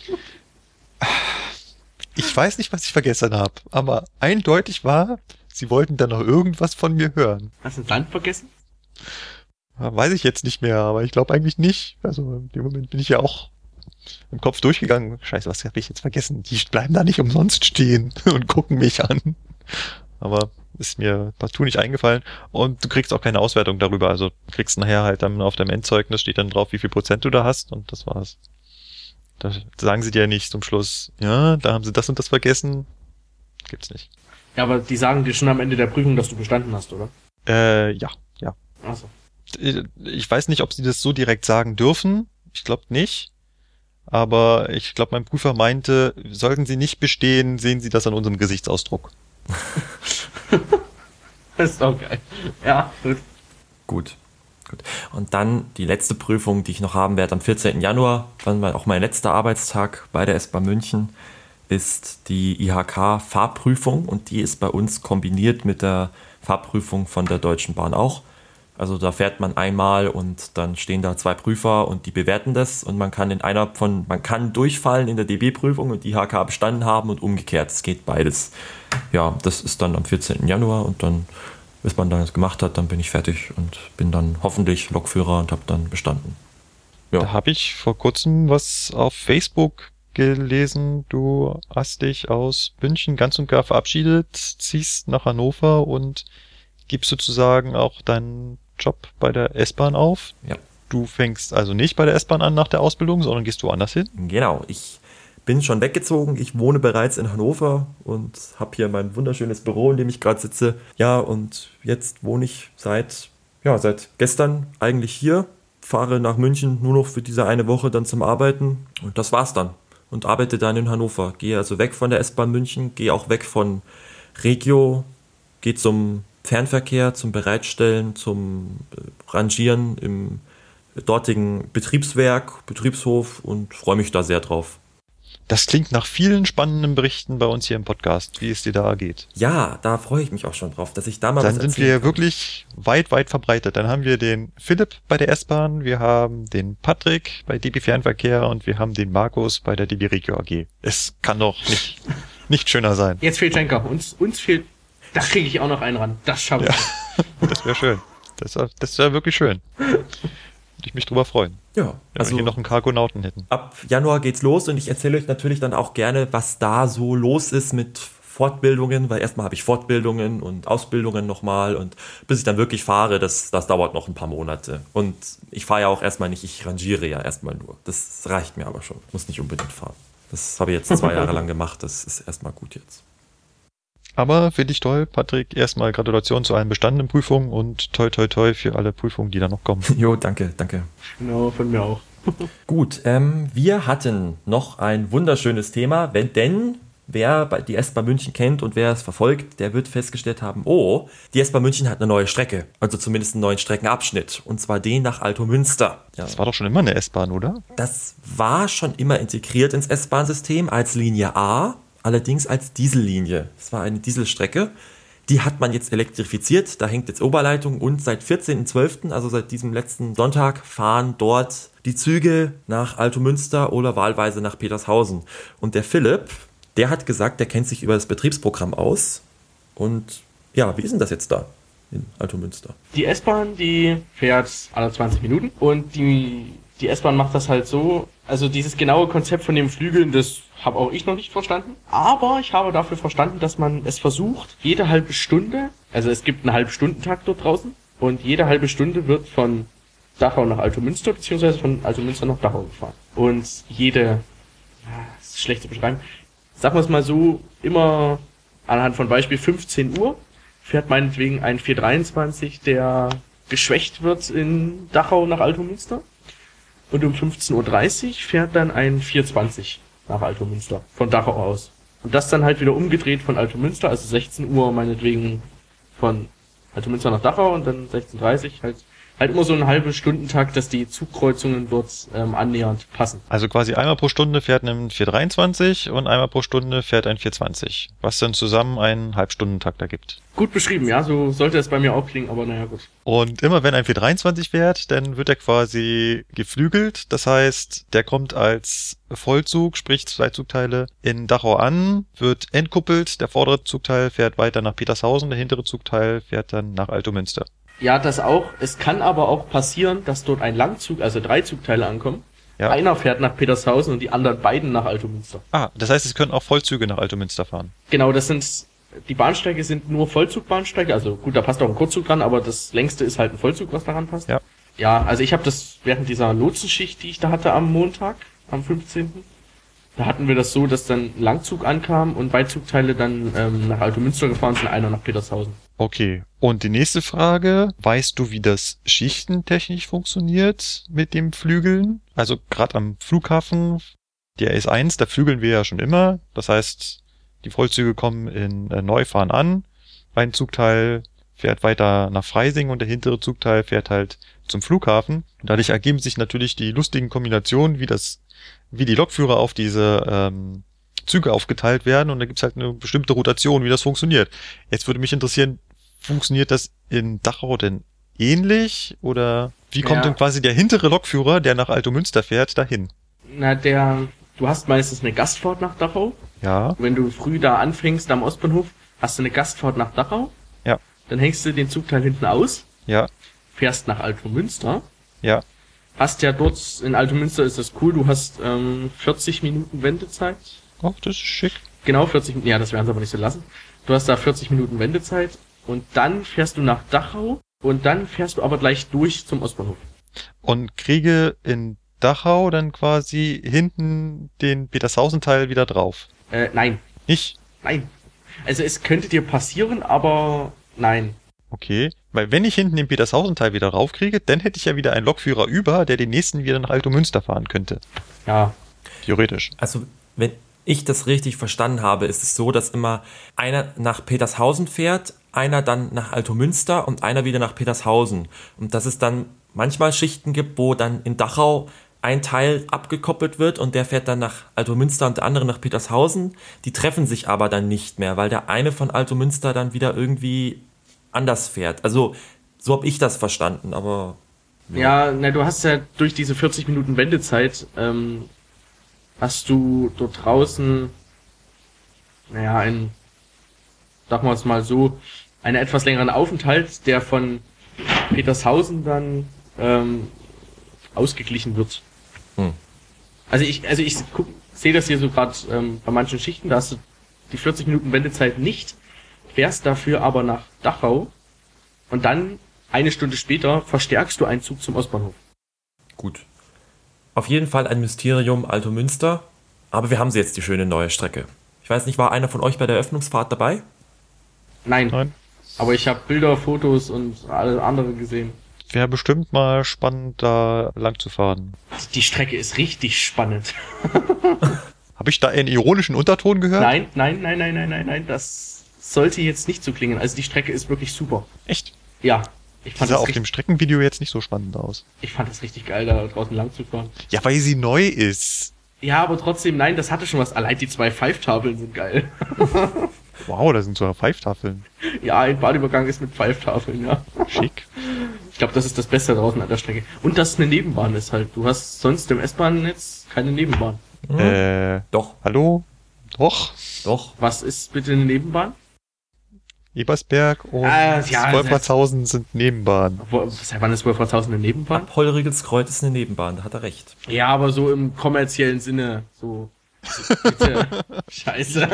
Ich weiß nicht, was ich vergessen habe, aber eindeutig war, sie wollten dann noch irgendwas von mir hören. Hast du ein Land vergessen? Ja, weiß ich jetzt nicht mehr, aber ich glaube eigentlich nicht. Also in dem Moment bin ich ja auch im Kopf durchgegangen, scheiße, was habe ich jetzt vergessen? Die bleiben da nicht umsonst stehen und gucken mich an. Aber ist mir partout nicht eingefallen. Und du kriegst auch keine Auswertung darüber. Also du kriegst nachher halt dann auf deinem Endzeugnis, steht dann drauf, wie viel Prozent du da hast, und das war's. Da sagen sie dir nicht zum Schluss, ja, da haben sie das und das vergessen. Gibt's nicht. Ja, aber die sagen dir schon am Ende der Prüfung, dass du bestanden hast, oder? Äh, ja, ja. Ach so. Ich weiß nicht, ob sie das so direkt sagen dürfen. Ich glaube nicht. Aber ich glaube, mein Prüfer meinte, sollten sie nicht bestehen, sehen sie das an unserem Gesichtsausdruck. Das ist auch geil. Ja, gut. Gut. Gut. Und dann die letzte Prüfung, die ich noch haben werde am vierzehnten Januar, dann auch mein letzter Arbeitstag bei der S-Bahn München, ist die I H K-Fahrprüfung, und die ist bei uns kombiniert mit der Fahrprüfung von der Deutschen Bahn auch. Also da fährt man einmal und dann stehen da zwei Prüfer und die bewerten das, und man kann in einer von, man kann durchfallen in der D B-Prüfung und die I H K bestanden haben und umgekehrt. Es geht beides. Ja, das ist dann am vierzehnten Januar, und dann, bis man das gemacht hat, dann bin ich fertig und bin dann hoffentlich Lokführer und habe dann bestanden. Ja. Da habe ich vor kurzem was auf Facebook gelesen. Du hast dich aus München ganz und gar verabschiedet, ziehst nach Hannover und gibst sozusagen auch deinen Job bei der S-Bahn auf. Ja. Du fängst also nicht bei der S-Bahn an nach der Ausbildung, sondern gehst woanders hin? Genau, ich bin schon weggezogen. Ich wohne bereits in Hannover und habe hier mein wunderschönes Büro, in dem ich gerade sitze. Ja, und jetzt wohne ich seit, ja, seit gestern eigentlich hier, fahre nach München nur noch für diese eine Woche dann zum Arbeiten, und das war's dann. Und arbeite dann in Hannover. Gehe also weg von der S-Bahn München, gehe auch weg von Regio, gehe zum Fernverkehr, zum Bereitstellen, zum Rangieren im dortigen Betriebswerk, Betriebshof, und freue mich da sehr drauf. Das klingt nach vielen spannenden Berichten bei uns hier im Podcast, wie es dir da geht. Ja, da freue ich mich auch schon drauf, dass ich da mal Dann was sind wir erzählen kann. wirklich weit, weit verbreitet. Dann haben wir den Philipp bei der S-Bahn, wir haben den Patrick bei D B Fernverkehr und wir haben den Markus bei der D B Regio A G. Es kann doch nicht, nicht schöner sein. Jetzt fehlt Schenker. Uns, uns fehlt... Da kriege ich auch noch einen ran. Das schaffe ich. Ja, das wäre schön. Das wäre das wär wirklich schön. Würde ich mich drüber freuen. Ja, Wenn also wir hier noch einen Cargonauten hätten. ab Januar geht's los, und ich erzähle euch natürlich dann auch gerne, was da so los ist mit Fortbildungen, weil erstmal habe ich Fortbildungen und Ausbildungen nochmal, und bis ich dann wirklich fahre, das, das dauert noch ein paar Monate. Und ich fahre ja auch erstmal nicht, ich rangiere ja erstmal nur. Das reicht mir aber schon. Ich muss nicht unbedingt fahren. Das habe ich jetzt zwei Jahre lang gemacht, das ist erstmal gut jetzt. Aber finde ich toll, Patrick. Erstmal Gratulation zu allen bestandenen Prüfungen und toi toi toi für alle Prüfungen, die da noch kommen. Jo, danke, danke. Genau, von mir auch. Gut, ähm, wir hatten noch ein wunderschönes Thema, wenn denn, wer die S-Bahn München kennt und wer es verfolgt, der wird festgestellt haben, oh, die S-Bahn München hat eine neue Strecke, also zumindest einen neuen Streckenabschnitt, und zwar den nach Altomünster. Ja, Das war doch schon immer eine S-Bahn, oder? das war schon immer integriert ins S-Bahn-System als Linie A, allerdings als Diesellinie. Das war eine Dieselstrecke. Die hat man jetzt elektrifiziert, da hängt jetzt Oberleitung, und seit vierzehnten zwölften, also seit diesem letzten Sonntag, fahren dort die Züge nach Altomünster oder wahlweise nach Petershausen. Und der Philipp, der hat gesagt, der kennt sich über das Betriebsprogramm aus. Und ja, wie ist denn das jetzt da in Altomünster? Die S-Bahn, die fährt alle zwanzig Minuten, und die, die S-Bahn macht das halt so, also dieses genaue Konzept von den Flügeln, das habe auch ich noch nicht verstanden. Aber ich habe dafür verstanden, dass man es versucht, jede halbe Stunde, also es gibt einen Halbstundentakt dort draußen, und jede halbe Stunde wird von Dachau nach Altomünster, beziehungsweise von Altomünster nach Dachau gefahren. Und jede, ja, das ist schlecht zu beschreiben, sagen wir es mal so, immer anhand von Beispiel fünfzehn Uhr fährt meinetwegen ein vier dreiundzwanzig, der geschwächt wird in Dachau nach Altomünster. Und um fünfzehn Uhr dreißig fährt dann ein vier zwanzig nach Altomünster, von Dachau aus. Und das dann halt wieder umgedreht von Altomünster, also sechzehn Uhr meinetwegen von Altomünster nach Dachau, und dann sechzehn Uhr dreißig halt, halt immer so einen halben Stundentakt, dass die Zugkreuzungen dort ähm, annähernd passen. Also quasi einmal pro Stunde fährt ein vier dreiundzwanzig und einmal pro Stunde fährt ein vier zwanzig, was dann zusammen einen Halbstundentakt ergibt. Gut beschrieben, ja, so sollte es bei mir auch klingen, aber naja, gut. Und immer wenn ein vier dreiundzwanzig fährt, dann wird er quasi geflügelt. Das heißt, der kommt als Vollzug, sprich zwei Zugteile, in Dachau an, wird entkuppelt. Der vordere Zugteil fährt weiter nach Petershausen, der hintere Zugteil fährt dann nach Altomünster. Ja, das auch. Es kann aber auch passieren, dass dort ein Langzug, also drei Zugteile ankommen, Ja. Einer fährt nach Petershausen und die anderen beiden nach Altomünster. Ah, das heißt, es können auch Vollzüge nach Altomünster fahren. Genau, das sind, die Bahnsteige sind nur Vollzugbahnsteige, also gut, da passt auch ein Kurzzug dran, aber das längste ist halt ein Vollzug, was daran passt. Ja. Ja, also ich habe das während dieser Lotsenschicht, die ich da hatte am Montag, am fünfzehnten Da hatten wir das so, dass dann Langzug ankam und beide Zugteile dann ähm, nach Altomünster gefahren sind, einer nach Petershausen. Okay. Und die nächste Frage, weißt du, wie das schichtentechnisch funktioniert mit dem Flügeln? Also gerade am Flughafen, der S eins, da flügeln wir ja schon immer. Das heißt, die Vollzüge kommen in äh, Neufahren an, ein Zugteil fährt weiter nach Freising und der hintere Zugteil fährt halt zum Flughafen. Dadurch ergeben sich natürlich die lustigen Kombinationen, wie das, wie die Lokführer auf diese ähm, Züge aufgeteilt werden, und da gibt's halt eine bestimmte Rotation, wie das funktioniert. Jetzt würde mich interessieren, funktioniert das in Dachau denn ähnlich, oder wie kommt Ja. denn quasi der hintere Lokführer, der nach Altomünster fährt, dahin? Na, der, du hast meistens eine Gastfahrt nach Dachau. Ja, Wenn du früh da anfängst am Ostbahnhof, hast du eine Gastfahrt nach Dachau. Ja. Dann hängst du den Zugteil hinten aus, ja, fährst nach Altomünster. ja, Hast ja dort, in Altomünster ist das cool, du hast ähm, vierzig Minuten Wendezeit. oh, das ist schick. Genau, vierzig Minuten, ja, das werden sie aber nicht so lassen. Du hast da vierzig Minuten Wendezeit und dann fährst du nach Dachau und dann fährst du aber gleich durch zum Ostbahnhof. Und kriege in Dachau dann quasi hinten den Petershausen-Teil wieder drauf. Äh, nein, Nicht? nein. Also es könnte dir passieren, aber nein. Okay, weil wenn ich hinten den Petershausen-Teil wieder raufkriege, dann hätte ich ja wieder einen Lokführer über, der den nächsten wieder nach Altomünster fahren könnte. Ja, Theoretisch. Also, wenn ich das richtig verstanden habe, ist es so, dass immer einer nach Petershausen fährt, einer dann nach Altomünster und einer wieder nach Petershausen. Und dass es dann manchmal Schichten gibt, wo dann in Dachau ein Teil abgekoppelt wird und der fährt dann nach Altomünster und der andere nach Petershausen. Die treffen sich aber dann nicht mehr, weil der eine von Altomünster dann wieder irgendwie anders fährt. Also, so habe ich das verstanden, aber... ja, na, du hast ja durch diese vierzig Minuten Wendezeit, ähm, hast du dort draußen, naja, ein, sagen wir es mal so, einen etwas längeren Aufenthalt, der von Petershausen dann ähm, ausgeglichen wird. Hm. Also ich, also ich guck, sehe das hier so gerade ähm, bei manchen Schichten, da hast du die vierzig Minuten Wendezeit nicht, fährst dafür aber nach Dachau und dann eine Stunde später verstärkst du einen Zug zum Ostbahnhof. Gut. Auf jeden Fall ein Mysterium Altomünster, aber wir haben sie jetzt, die schöne neue Strecke. Ich weiß nicht, war einer von euch bei der Eröffnungsfahrt dabei? Nein, Nein. aber ich habe Bilder, Fotos und alles andere gesehen. Wäre bestimmt mal spannend, da lang zu fahren. Die Strecke ist richtig spannend. Habe ich da einen ironischen Unterton gehört? Nein, nein, nein, nein, nein, nein, nein, das sollte jetzt nicht so klingen. Also die Strecke ist wirklich super. Echt? Ja, ich Die fand sah das auf richtig, dem Streckenvideo jetzt nicht so spannend aus. ich fand das richtig geil, da draußen lang zu fahren. Ja, weil sie neu ist. Ja, aber trotzdem, nein, das hatte schon was. Allein die zwei Pfeiftafeln sind geil. Wow, da sind sogar Pfeiftafeln. Ja, ein Badeübergang ist mit Pfeiftafeln, ja. Schick. Ich glaube, das ist das Beste draußen an der Strecke. Und dass es eine Nebenbahn ist halt. Du hast sonst im S-Bahn-Netz keine Nebenbahn. Hm? Äh, Doch, hallo? Doch? doch. Was ist bitte eine Nebenbahn? Ebersberg und Ah, ja, Wolfratshausen sind Nebenbahn. Wo, seit wann ist Wolfratshausen eine Nebenbahn? Ab Hollriegelskreuth ist eine Nebenbahn, da hat er recht. Ja, aber so im kommerziellen Sinne. So. Bitte. Scheiße.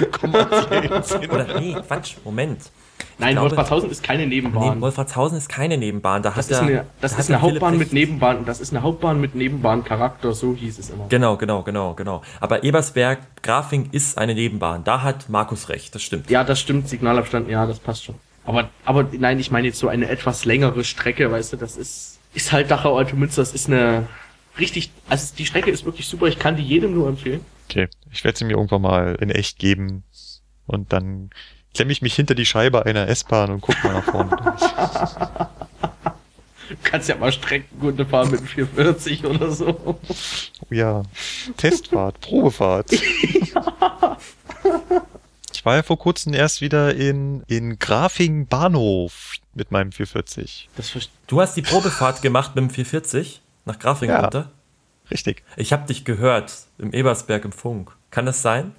Oder, nee, Quatsch, Moment. Nein, glaube- Wolfratshausen ist keine Nebenbahn. Nee, Wolfratshausen ist keine Nebenbahn. Da das hat ist der, eine, das da ist hat der eine Hauptbahn Philipp mit recht. Nebenbahn. Das ist eine Hauptbahn mit Nebenbahncharakter. So hieß es immer. Genau, genau, genau, genau. Aber Ebersberg, Grafing ist eine Nebenbahn. Da hat Markus recht, das stimmt. Ja, das stimmt. Signalabstand, ja, das passt schon. Aber, aber nein, ich meine jetzt so eine etwas längere Strecke, weißt du, das ist, ist halt Dachau-Altomünster. Das ist eine richtig, also die Strecke ist wirklich super. Ich kann die jedem nur empfehlen. Okay, ich werde sie mir irgendwann mal in echt geben und dann klemme ich mich hinter die Scheibe einer S-Bahn und guck mal nach vorne durch. Du kannst ja mal Streckenkunde fahren mit dem vierhundertvierzig oder so. Oh ja, Testfahrt, Probefahrt. Ich war ja vor kurzem erst wieder in, in Grafing Bahnhof mit meinem vierhundertvierzig. Das verstehe Du hast die Probefahrt gemacht mit dem vierhundertvierzig nach Grafing Ja. runter? Richtig. Ich habe dich gehört im Ebersberg im Funk. Kann das sein?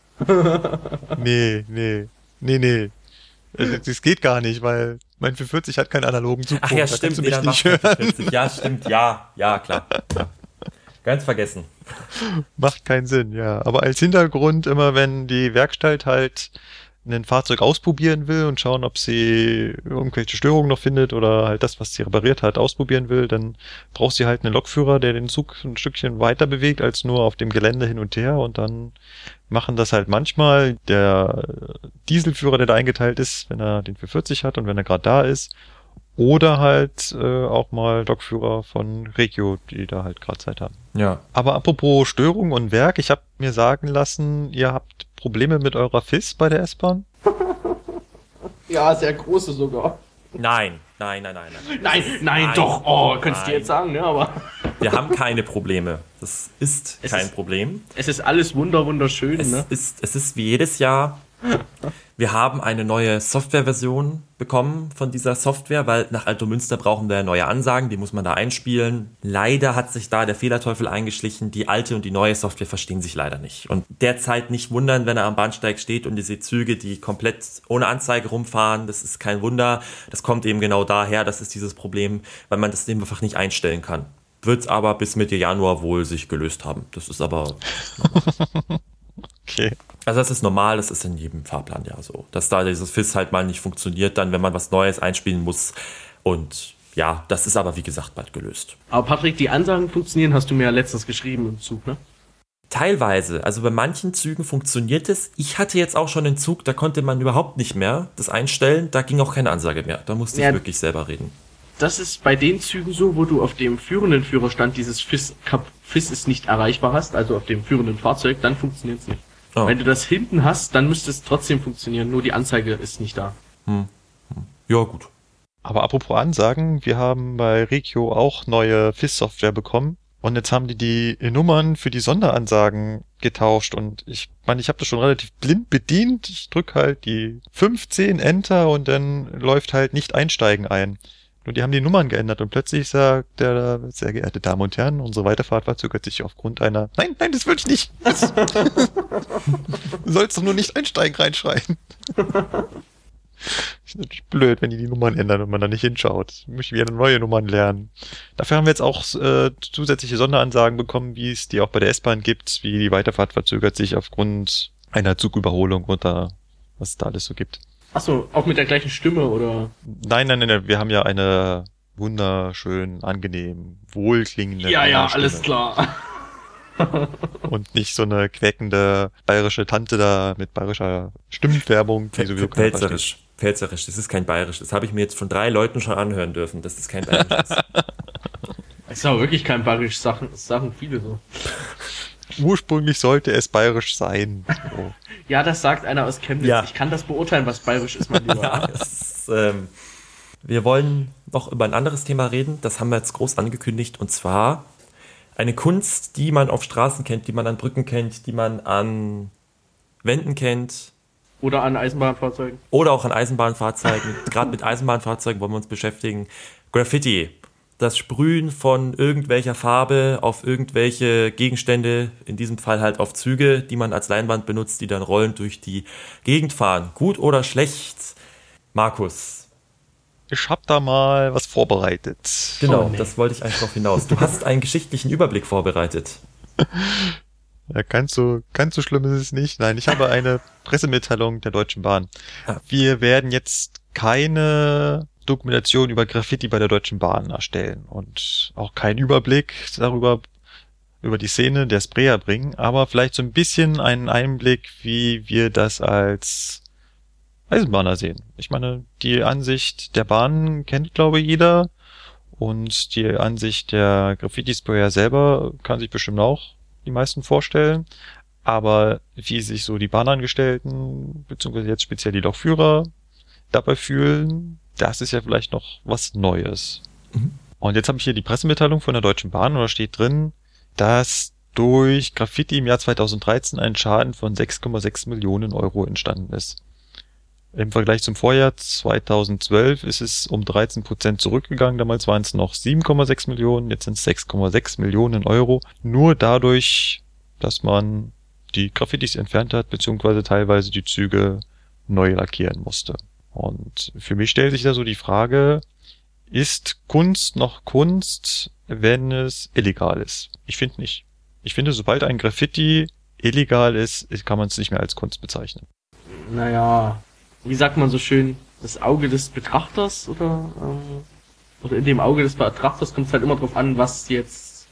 Nee, nee, nee, nee. Also, das geht gar nicht, weil mein vierhundertvierzig hat keinen analogen Zugpunkt. Ach ja, da stimmt. kannst du Nee, mich dann nicht machst du hören. vierhundertvierzig. Ja, stimmt. Ja, ja, klar. Ja. Ganz vergessen. Macht keinen Sinn, ja. Aber als Hintergrund immer, wenn die Werkstatt halt ein Fahrzeug ausprobieren will und schauen, ob sie irgendwelche Störungen noch findet oder halt das, was sie repariert hat, ausprobieren will, dann braucht sie halt einen Lokführer, der den Zug ein Stückchen weiter bewegt als nur auf dem Gelände hin und her, und dann machen das halt manchmal der Dieselführer, der da eingeteilt ist, wenn er den vier vierzig hat und wenn er gerade da ist, oder halt äh, auch mal Lokführer von Regio, die da halt gerade Zeit haben. Ja. Aber apropos Störung und Werk, ich habe mir sagen lassen, ihr habt Probleme mit eurer F I S bei der S-Bahn? Ja, sehr große sogar. Nein, nein, nein, nein. Nein, Nein, nein, nein, doch. Oh, könntest du nein. jetzt sagen, ne? Aber Wir haben keine Probleme. Das ist Es kein ist- Problem. es ist alles wunder wunderschön, Es ne? ist, es ist wie jedes Jahr. Wir haben eine neue Softwareversion bekommen von dieser Software, weil nach Altomünster brauchen wir neue Ansagen, die muss man da einspielen. Leider hat sich da der Fehlerteufel eingeschlichen. Die alte und die neue Software verstehen sich leider nicht. Und derzeit nicht wundern, wenn er am Bahnsteig steht und ihr seht Züge, die komplett ohne Anzeige rumfahren. Das ist kein Wunder. Das kommt eben genau daher. Das ist dieses Problem, weil man das einfach nicht einstellen kann. Wird es aber bis Mitte Januar wohl sich gelöst haben. Das ist aber... Okay. Also das ist normal, das ist in jedem Fahrplan ja so. Dass da dieses F I S halt mal nicht funktioniert, dann, wenn man was Neues einspielen muss. Und ja, das ist aber wie gesagt bald gelöst. Aber Patrick, die Ansagen funktionieren, hast du mir ja letztens geschrieben im Zug, ne? Teilweise, also bei manchen Zügen funktioniert es. Ich hatte jetzt auch schon einen Zug, da konnte man überhaupt nicht mehr das einstellen. Da ging auch keine Ansage mehr. Da musste Ja. ich wirklich selber reden. Das ist bei den Zügen so, wo du auf dem führenden Führerstand dieses F I S, Kap- F I S ist nicht erreichbar hast, also auf dem führenden Fahrzeug, dann funktioniert es nicht. Oh. Wenn du das hinten hast, dann müsste es trotzdem funktionieren, nur die Anzeige ist nicht da. Ja, gut. Aber apropos Ansagen, wir haben bei Regio auch neue F I S-Software bekommen. Und jetzt haben die die Nummern für die Sonderansagen getauscht. Und ich meine, ich habe das schon relativ blind bedient. Ich drück halt die fünfzehn Enter und dann läuft halt nicht einsteigen ein. Nur die haben die Nummern geändert und plötzlich sagt der, sehr geehrte Damen und Herren, unsere Weiterfahrt verzögert sich aufgrund einer... Nein, nein, das will ich nicht. Das du sollst doch nur nicht einsteigen reinschreien. Ist natürlich blöd, wenn die die Nummern ändern und man da nicht hinschaut. Ich möchte wieder neue Nummern lernen. Dafür haben wir jetzt auch äh, zusätzliche Sonderansagen bekommen, wie es die auch bei der S-Bahn gibt, wie die Weiterfahrt verzögert sich aufgrund einer Zugüberholung oder was es da alles so gibt. Achso, auch mit der gleichen Stimme, oder? Nein, nein, nein, wir haben ja eine wunderschön, angenehm, wohlklingende Ja, ja, Stimme. alles klar. Und nicht so eine quäkende bayerische Tante da mit bayerischer Stimmfärbung, die sowieso keiner versteht. Pfälzerisch. Pfälzerisch, das ist kein Bayerisch. Das habe ich mir jetzt von drei Leuten schon anhören dürfen, dass das kein Bayerisch ist. Das ist aber wirklich kein bayerisch, Sachen, das sagen viele so. Ursprünglich sollte es bayerisch sein. So. Ja, das sagt einer aus Chemnitz. Ja. Ich kann das beurteilen, was bayerisch ist, mein Lieber. Ja, es ist, ähm, wir wollen noch über ein anderes Thema reden. Das haben wir jetzt groß angekündigt. Und zwar eine Kunst, die man auf Straßen kennt, die man an Brücken kennt, die man an Wänden kennt. Oder an Eisenbahnfahrzeugen. Oder auch an Eisenbahnfahrzeugen. Gerade mit Eisenbahnfahrzeugen wollen wir uns beschäftigen. Graffiti. Das Sprühen von irgendwelcher Farbe auf irgendwelche Gegenstände, in diesem Fall halt auf Züge, die man als Leinwand benutzt, die dann rollend durch die Gegend fahren. Gut oder schlecht? Markus. Ich hab da mal was vorbereitet. Genau, Oh, nee. das wollte ich eigentlich darauf hinaus. Du hast einen geschichtlichen Überblick vorbereitet. Ja, ganz so, ganz so schlimm ist es nicht. Nein, ich habe eine Pressemitteilung der Deutschen Bahn. Ah. Wir werden jetzt keine Dokumentation über Graffiti bei der Deutschen Bahn erstellen und auch keinen Überblick darüber, über die Szene der Sprayer bringen, aber vielleicht so ein bisschen einen Einblick, wie wir das als Eisenbahner sehen. Ich meine, die Ansicht der Bahn kennt, glaube ich, jeder, und die Ansicht der Graffiti-Sprayer selber kann sich bestimmt auch die meisten vorstellen, aber wie sich so die Bahnangestellten, beziehungsweise jetzt speziell die Lokführer dabei fühlen, das ist ja vielleicht noch was Neues. Mhm. Und jetzt habe ich hier die Pressemitteilung von der Deutschen Bahn, und da steht drin, dass durch Graffiti im Jahr zweitausenddreizehn ein Schaden von sechs Komma sechs Millionen Euro entstanden ist. Im Vergleich zum Vorjahr zweitausendzwölf ist es um dreizehn Prozent zurückgegangen. Damals waren es noch sieben Komma sechs Millionen, jetzt sind es sechs Komma sechs Millionen Euro. Nur dadurch, dass man die Graffitis entfernt hat, beziehungsweise teilweise die Züge neu lackieren musste. Und für mich stellt sich da so die Frage, ist Kunst noch Kunst, wenn es illegal ist? Ich finde nicht. Ich finde, sobald ein Graffiti illegal ist, kann man es nicht mehr als Kunst bezeichnen. Naja, wie sagt man so schön, das Auge des Betrachters oder, ähm, oder in dem Auge des Betrachters kommt es halt immer drauf an, was jetzt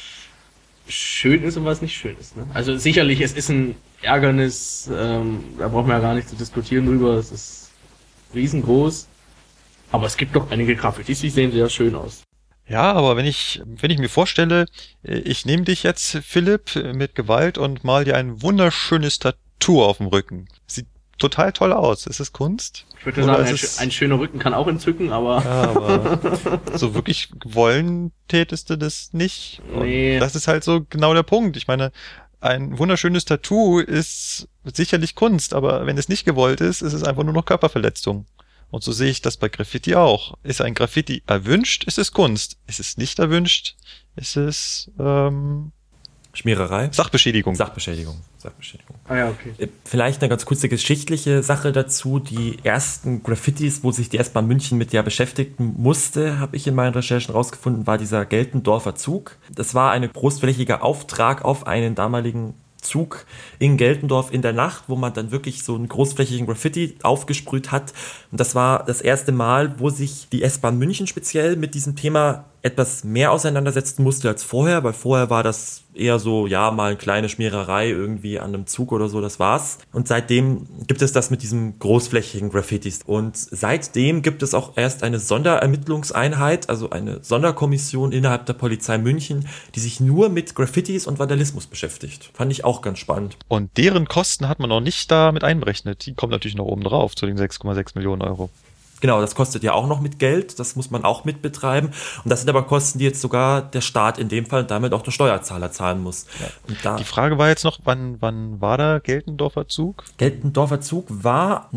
schön ist und was nicht schön ist. Ne? Also sicherlich, es ist ein Ärgernis, ähm, da brauchen wir ja gar nicht zu diskutieren drüber, es ist riesengroß, aber es gibt doch einige Graffitis, die sehen sehr schön aus. Ja, aber wenn ich, wenn ich mir vorstelle, ich nehme dich jetzt, Philipp, mit Gewalt und mal dir ein wunderschönes Tattoo auf dem Rücken. Sieht total toll aus. Ist es Kunst? Ich würde sagen, ein, ein schöner Rücken kann auch entzücken, aber... Ja, aber so wirklich wollen tätest du das nicht. Nee. Und das ist halt so genau der Punkt. Ich meine, ein wunderschönes Tattoo ist sicherlich Kunst, aber wenn es nicht gewollt ist, ist es einfach nur noch Körperverletzung. Und so sehe ich das bei Graffiti auch. Ist ein Graffiti erwünscht, ist es Kunst. Ist es nicht erwünscht, ist es ähm, Schmiererei? Sachbeschädigung. Sachbeschädigung. Sachbeschädigung. Ah ja, okay. Vielleicht eine ganz kurze geschichtliche Sache dazu. Die ersten Graffitis, wo sich die S-Bahn München mit ja beschäftigen musste, habe ich in meinen Recherchen rausgefunden, war dieser Geltendorfer Zug. Das war ein großflächiger Auftrag auf einen damaligen Zug in Geltendorf in der Nacht, wo man dann wirklich so einen großflächigen Graffiti aufgesprüht hat. Und das war das erste Mal, wo sich die S-Bahn München speziell mit diesem Thema etwas mehr auseinandersetzen musste als vorher, weil vorher war das eher so, ja, mal eine kleine Schmiererei irgendwie an einem Zug oder so, das war's. Und seitdem gibt es das mit diesem großflächigen Graffitis. Und seitdem gibt es auch erst eine Sonderermittlungseinheit, also eine Sonderkommission innerhalb der Polizei München, die sich nur mit Graffitis und Vandalismus beschäftigt. Fand ich auch ganz spannend. Und deren Kosten hat man noch nicht da mit einberechnet. Die kommen natürlich noch oben drauf zu den sechs Komma sechs Millionen Euro. Genau, das kostet ja auch noch mit Geld, das muss man auch mit betreiben. Und das sind aber Kosten, die jetzt sogar der Staat in dem Fall und damit auch der Steuerzahler zahlen muss. Ja. Und da die Frage war jetzt noch, wann, wann war der Geltendorfer Zug? Geltendorfer Zug war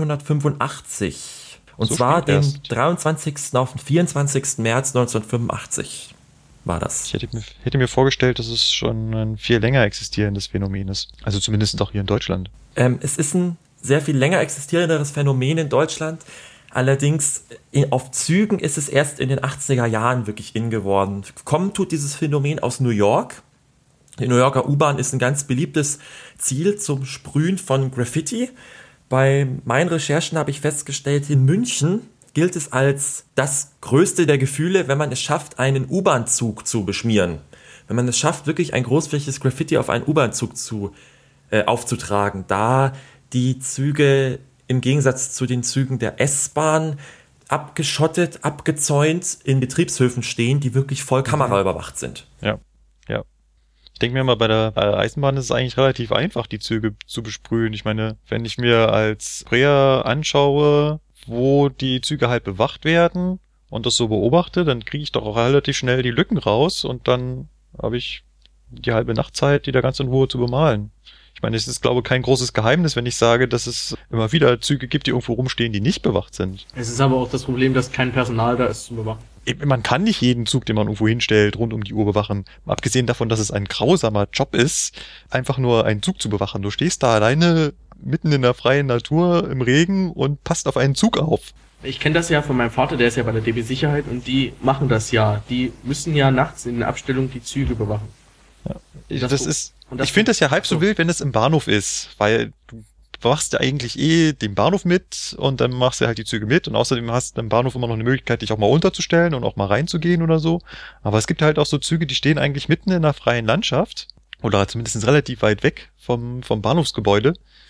neunzehnhundertfünfundachtzig. Und So zwar den erst. dreiundzwanzigsten auf den vierundzwanzigsten März neunzehnhundertfünfundachtzig war das. Ich hätte mir, hätte mir vorgestellt, dass es schon ein viel länger existierendes Phänomen ist. Also zumindest auch hier in Deutschland. Ähm, es ist ein sehr viel länger existierenderes Phänomen in Deutschland. Allerdings in, auf Zügen ist es erst in den achtziger Jahren wirklich in geworden. Kommen tut dieses Phänomen aus New York. Die New Yorker U-Bahn ist ein ganz beliebtes Ziel zum Sprühen von Graffiti. Bei meinen Recherchen habe ich festgestellt, in München gilt es als das größte der Gefühle, wenn man es schafft, einen U-Bahn-Zug zu beschmieren. Wenn man es schafft, wirklich ein großflächiges Graffiti auf einen U-Bahn-Zug zu, äh, aufzutragen. Da die Züge im Gegensatz zu den Zügen der S-Bahn abgeschottet, abgezäunt in Betriebshöfen stehen, die wirklich voll kameraüberwacht sind. Ja, ja. Ich denke mir mal, bei der, bei der Eisenbahn ist es eigentlich relativ einfach, die Züge zu besprühen. Ich meine, wenn ich mir als Sprayer anschaue, wo die Züge halt bewacht werden und das so beobachte, dann kriege ich doch auch relativ schnell die Lücken raus und dann habe ich die halbe Nachtzeit, die da ganz in Ruhe zu bemalen. Ich meine, es ist, glaube ich, kein großes Geheimnis, wenn ich sage, dass es immer wieder Züge gibt, die irgendwo rumstehen, die nicht bewacht sind. Es ist aber auch das Problem, dass kein Personal da ist zum Bewachen. Man kann nicht jeden Zug, den man irgendwo hinstellt, rund um die Uhr bewachen. Abgesehen davon, dass es ein grausamer Job ist, einfach nur einen Zug zu bewachen. Du stehst da alleine mitten in der freien Natur im Regen und passt auf einen Zug auf. Ich kenne das ja von meinem Vater, der ist ja bei der D B Sicherheit und die machen das ja. Die müssen ja nachts in der Abstellung die Züge bewachen. Ja. Das, das das ist, das ich finde das ja halb so so wild, wenn es im Bahnhof ist, weil du machst ja eigentlich eh den Bahnhof mit und dann machst du halt die Züge mit und außerdem hast du im Bahnhof immer noch eine Möglichkeit, dich auch mal unterzustellen und auch mal reinzugehen oder so. Aber es gibt halt auch so Züge, die stehen eigentlich mitten in der freien Landschaft oder zumindest relativ weit weg vom, vom Bahnhofsgebäude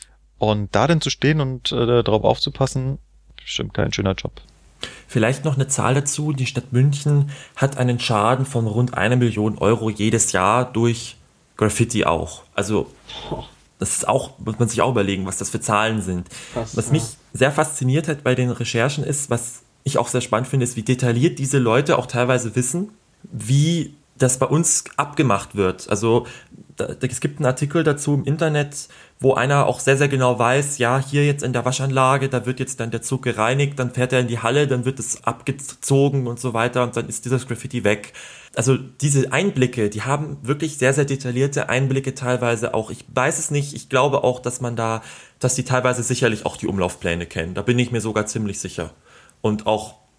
und da dann zu stehen und äh, darauf aufzupassen, bestimmt kein schöner Job. Vielleicht noch eine Zahl dazu. Die Stadt München hat einen Schaden von rund eine Million Euro jedes Jahr durch Graffiti auch. Also das ist auch, muss man sich auch überlegen, was das für Zahlen sind. Krass, was ja. mich sehr fasziniert hat bei den Recherchen ist, was ich auch sehr spannend finde, ist, wie detailliert diese Leute auch teilweise wissen, wie das bei uns abgemacht wird. Also da, es gibt einen Artikel dazu im Internet, wo einer auch sehr, sehr genau weiß, ja, hier jetzt in der Waschanlage, da wird jetzt dann der Zug gereinigt, dann fährt er in die Halle, dann wird es abgezogen und so weiter und dann ist dieses Graffiti weg. Also diese Einblicke, die haben wirklich sehr, sehr detaillierte Einblicke teilweise auch. Ich weiß es nicht, ich glaube auch, dass man da, dass die teilweise sicherlich auch die Umlaufpläne kennen. Da bin ich mir sogar ziemlich sicher. Und auch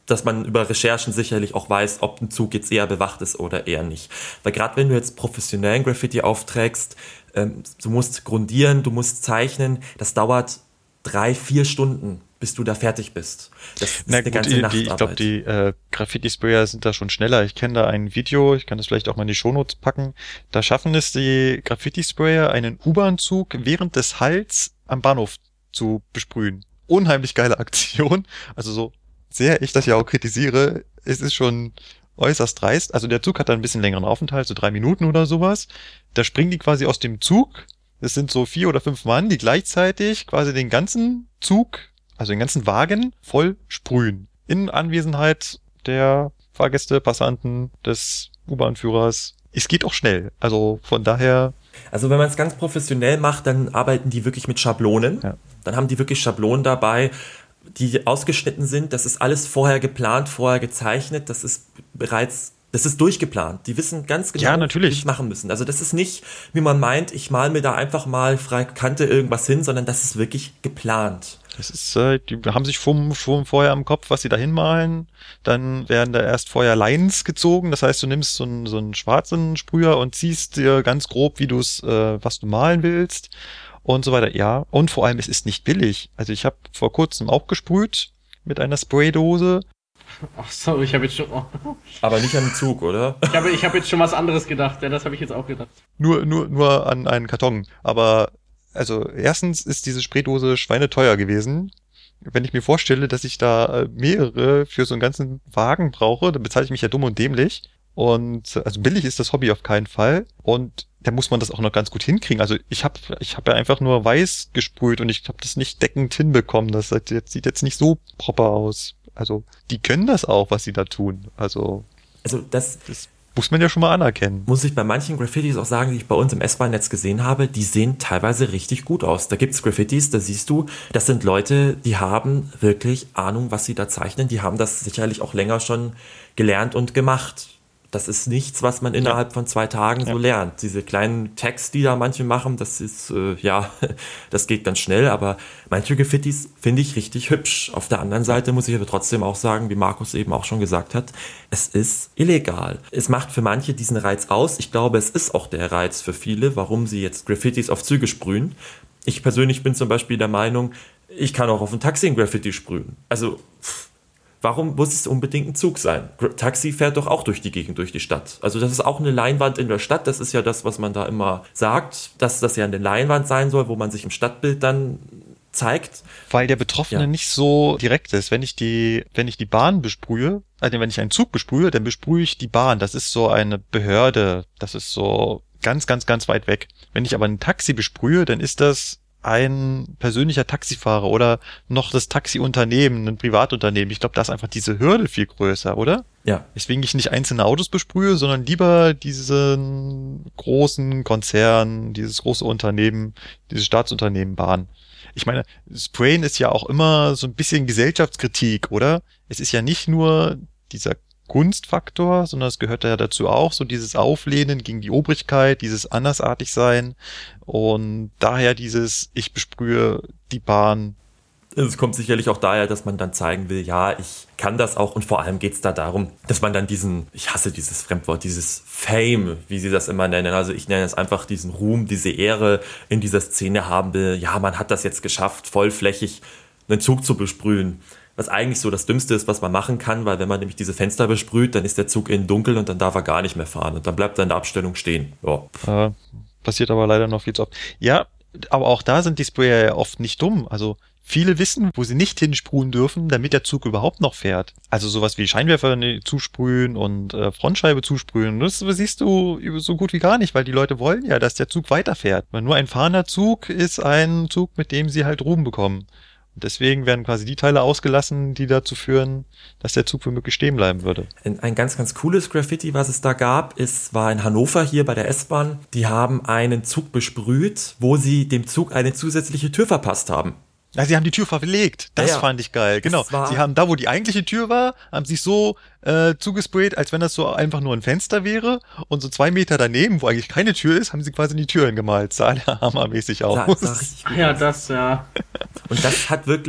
dass man über Recherchen sicherlich auch weiß, ob ein Zug jetzt eher bewacht ist oder eher nicht. Weil gerade wenn du jetzt professionellen Graffiti aufträgst, ähm, du musst grundieren, du musst zeichnen, das dauert drei, vier Stunden, bis du da fertig bist. Das ist Na eine gut, ganze die, Nachtarbeit. die, ich glaube, die äh, Graffiti-Sprayer sind da schon schneller. Ich kenne da ein Video, ich kann das vielleicht auch mal in die Shownotes packen. Da schaffen es die Graffiti-Sprayer, einen U-Bahn-Zug während des Halts am Bahnhof zu besprühen. Unheimlich geile Aktion. Also so sehr ich das ja auch kritisiere, es ist schon äußerst dreist. Also der Zug hat da ein bisschen längeren Aufenthalt, so drei Minuten oder sowas. Da springen die quasi aus dem Zug. Das sind so vier oder fünf Mann, die gleichzeitig quasi den ganzen Zug, also den ganzen Wagen voll sprühen. In Anwesenheit der Fahrgäste, Passanten, des U-Bahn-Führers. Es geht auch schnell. Also von daher... Also wenn man es ganz professionell macht, dann arbeiten die wirklich mit Schablonen. Ja. Dann haben die wirklich Schablonen dabei, die ausgeschnitten sind. Das ist alles vorher geplant, vorher gezeichnet. Das ist bereits... Das ist durchgeplant. Die wissen ganz genau, Ja, natürlich. wie sie es machen müssen. Also das ist nicht, wie man meint, ich mal mir da einfach mal frei Kante irgendwas hin, sondern das ist wirklich geplant. Das ist, äh, die haben sich schon, schon vorher im Kopf, was sie da hinmalen. Dann werden da erst vorher Lines gezogen. Das heißt, du nimmst so einen, so einen schwarzen Sprüher und ziehst dir ganz grob, wie du es, äh, was du malen willst und so weiter. Ja, und vor allem, es ist nicht billig. Also ich habe vor kurzem auch gesprüht mit einer Spraydose. Ach so, ich habe jetzt schon... Oh. Aber nicht an den Zug, oder? Ich habe ich hab jetzt schon was anderes gedacht. Ja, das habe ich jetzt auch gedacht. Nur, nur, nur an einen Karton. Aber, also, erstens ist diese Spraydose schweineteuer gewesen. Wenn ich mir vorstelle, dass ich da mehrere für so einen ganzen Wagen brauche, dann bezahle ich mich ja dumm und dämlich. Und, also billig ist das Hobby auf keinen Fall. Und da muss man das auch noch ganz gut hinkriegen. Also ich habe ich hab ja einfach nur weiß gesprüht und ich habe das nicht deckend hinbekommen. Das sieht jetzt, sieht jetzt nicht so proper aus. Also, die können das auch, was sie da tun. Also, Also das, das muss man ja schon mal anerkennen. muss ich bei manchen Graffitis auch sagen, die ich bei uns im S-Bahn-Netz gesehen habe, die sehen teilweise richtig gut aus. Da gibt's Graffitis, da siehst du, das sind Leute, die haben wirklich Ahnung, was sie da zeichnen. Die haben das sicherlich auch länger schon gelernt und gemacht. Das ist nichts, was man innerhalb von zwei Tagen so Ja. lernt. Diese kleinen Tags, die da manche machen, das ist, äh, ja, das geht ganz schnell, aber manche Graffitis finde ich richtig hübsch. Auf der anderen Seite muss ich aber trotzdem auch sagen, wie Markus eben auch schon gesagt hat, es ist illegal. Es macht für manche diesen Reiz aus. Ich glaube, es ist auch der Reiz für viele, warum sie jetzt Graffitis auf Züge sprühen. Ich persönlich bin zum Beispiel der Meinung, ich kann auch auf ein Taxi ein Graffiti sprühen. Also, pff, warum muss es unbedingt ein Zug sein? Taxi fährt doch auch durch die Gegend, durch die Stadt. Also das ist auch eine Leinwand in der Stadt. Das ist ja das, was man da immer sagt, dass das ja eine Leinwand sein soll, wo man sich im Stadtbild dann zeigt. Weil der Betroffene Ja. nicht so direkt ist. Wenn ich die, wenn ich die Bahn besprühe, also wenn ich einen Zug besprühe, dann besprühe ich die Bahn. Das ist so eine Behörde. Das ist so ganz, ganz, ganz weit weg. Wenn ich aber ein Taxi besprühe, dann ist das ein persönlicher Taxifahrer oder noch das Taxiunternehmen, ein Privatunternehmen. Ich glaube, da ist einfach diese Hürde viel größer, oder? Ja. Weswegen ich nicht einzelne Autos besprühe, sondern lieber diesen großen Konzern, dieses große Unternehmen, dieses Staatsunternehmen Bahn. Ich meine, Sprayen ist ja auch immer so ein bisschen Gesellschaftskritik, oder? Es ist ja nicht nur dieser Kunstfaktor, sondern es gehört ja dazu auch so dieses Auflehnen gegen die Obrigkeit, dieses Andersartigsein und daher dieses ich besprühe die Bahn. Es kommt sicherlich auch daher, dass man dann zeigen will, ja, ich kann das auch und vor allem geht es da darum, dass man dann diesen, ich hasse dieses Fremdwort, dieses Fame, wie sie das immer nennen, also ich nenne es einfach diesen Ruhm, diese Ehre in dieser Szene haben will, ja, man hat das jetzt geschafft, vollflächig einen Zug zu besprühen. Was eigentlich so das Dümmste ist, was man machen kann, weil wenn man nämlich diese Fenster besprüht, dann ist der Zug innen dunkel und dann darf er gar nicht mehr fahren und dann bleibt er in der Abstellung stehen. Ja. Äh, passiert aber leider noch viel zu oft. Ja, aber auch da sind die Sprayer ja oft nicht dumm. Also viele wissen, wo sie nicht hinsprühen dürfen, damit der Zug überhaupt noch fährt. Also sowas wie Scheinwerfer zusprühen und äh, Frontscheibe zusprühen. Das siehst du so gut wie gar nicht, weil die Leute wollen ja, dass der Zug weiterfährt. Weil nur ein fahrender Zug ist ein Zug, mit dem sie halt Ruhm bekommen. Deswegen werden quasi die Teile ausgelassen, die dazu führen, dass der Zug womöglich stehen bleiben würde. Ein, ein ganz, ganz cooles Graffiti, was es da gab, ist, war in Hannover hier bei der S-Bahn. Die haben einen Zug besprüht, wo sie dem Zug eine zusätzliche Tür verpasst haben. Ja, sie haben die Tür verlegt. Das Ja, ja. fand ich geil. Genau. Das war- Sie haben da, wo die eigentliche Tür war, haben sich so äh, zugesprayt, als wenn das so einfach nur ein Fenster wäre. Und so zwei Meter daneben, wo eigentlich keine Tür ist, haben sie quasi die Türen gemalt. Sah ja hammermäßig aus. Sah, sah richtig Ach gut ja, aus. das, ja. Und das hat wirklich,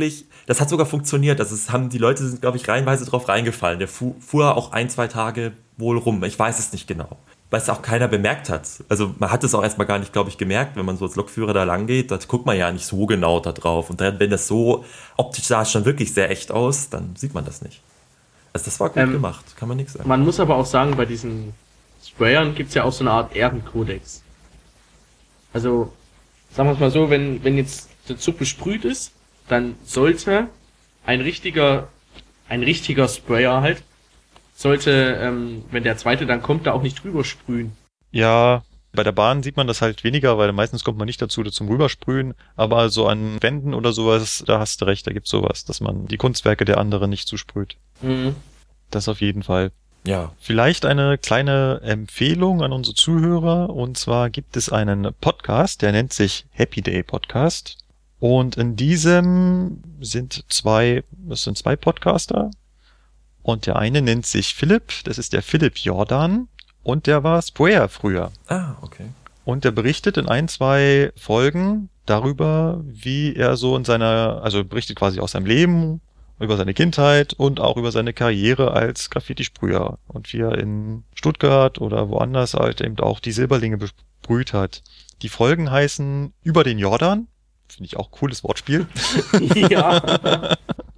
das hat sogar funktioniert. Also es haben die Leute sind, glaube ich, reihenweise drauf reingefallen. Der fu- fuhr auch ein, zwei Tage wohl rum. Ich weiß es nicht genau. Weil es auch keiner bemerkt hat. Also man hat es auch erstmal gar nicht, glaube ich, gemerkt, wenn man so als Lokführer da lang geht. Da guckt man ja nicht so genau da drauf. Und dann, wenn das so optisch sah es schon wirklich sehr echt aus, dann sieht man das nicht. Also das war gut Ähm, gemacht, kann man nichts sagen. Man muss aber auch sagen, bei diesen Sprayern gibt's ja auch so eine Art Ehrenkodex. Also, sagen wir es mal so, wenn, wenn jetzt der Zug besprüht ist, dann sollte ein richtiger, ein richtiger Sprayer halt, sollte, ähm, wenn der zweite dann kommt, da auch nicht drüber sprühen. Ja, bei der Bahn sieht man das halt weniger, weil meistens kommt man nicht dazu zum Rübersprühen, aber so an Wänden oder sowas, da hast du recht, da gibt's sowas, dass man die Kunstwerke der anderen nicht zusprüht. Mhm. Das auf jeden Fall. Ja, Vielleicht eine kleine Empfehlung an unsere Zuhörer, und zwar gibt es einen Podcast, der nennt sich Happy Day Podcast, und in diesem sind zwei, das sind zwei Podcaster, und der eine nennt sich Philipp, das ist der Philipp Jordan, und der war Sprayer früher. ah, okay. Und der berichtet in ein, zwei Folgen darüber, wie er so in seiner, also berichtet quasi aus seinem Leben, über seine Kindheit und auch über seine Karriere als Graffiti-Sprüher und wie er in Stuttgart oder woanders halt eben auch die Silberlinge besprüht hat. Die Folgen heißen Über den Jordan, finde ich auch cooles Wortspiel, Ja.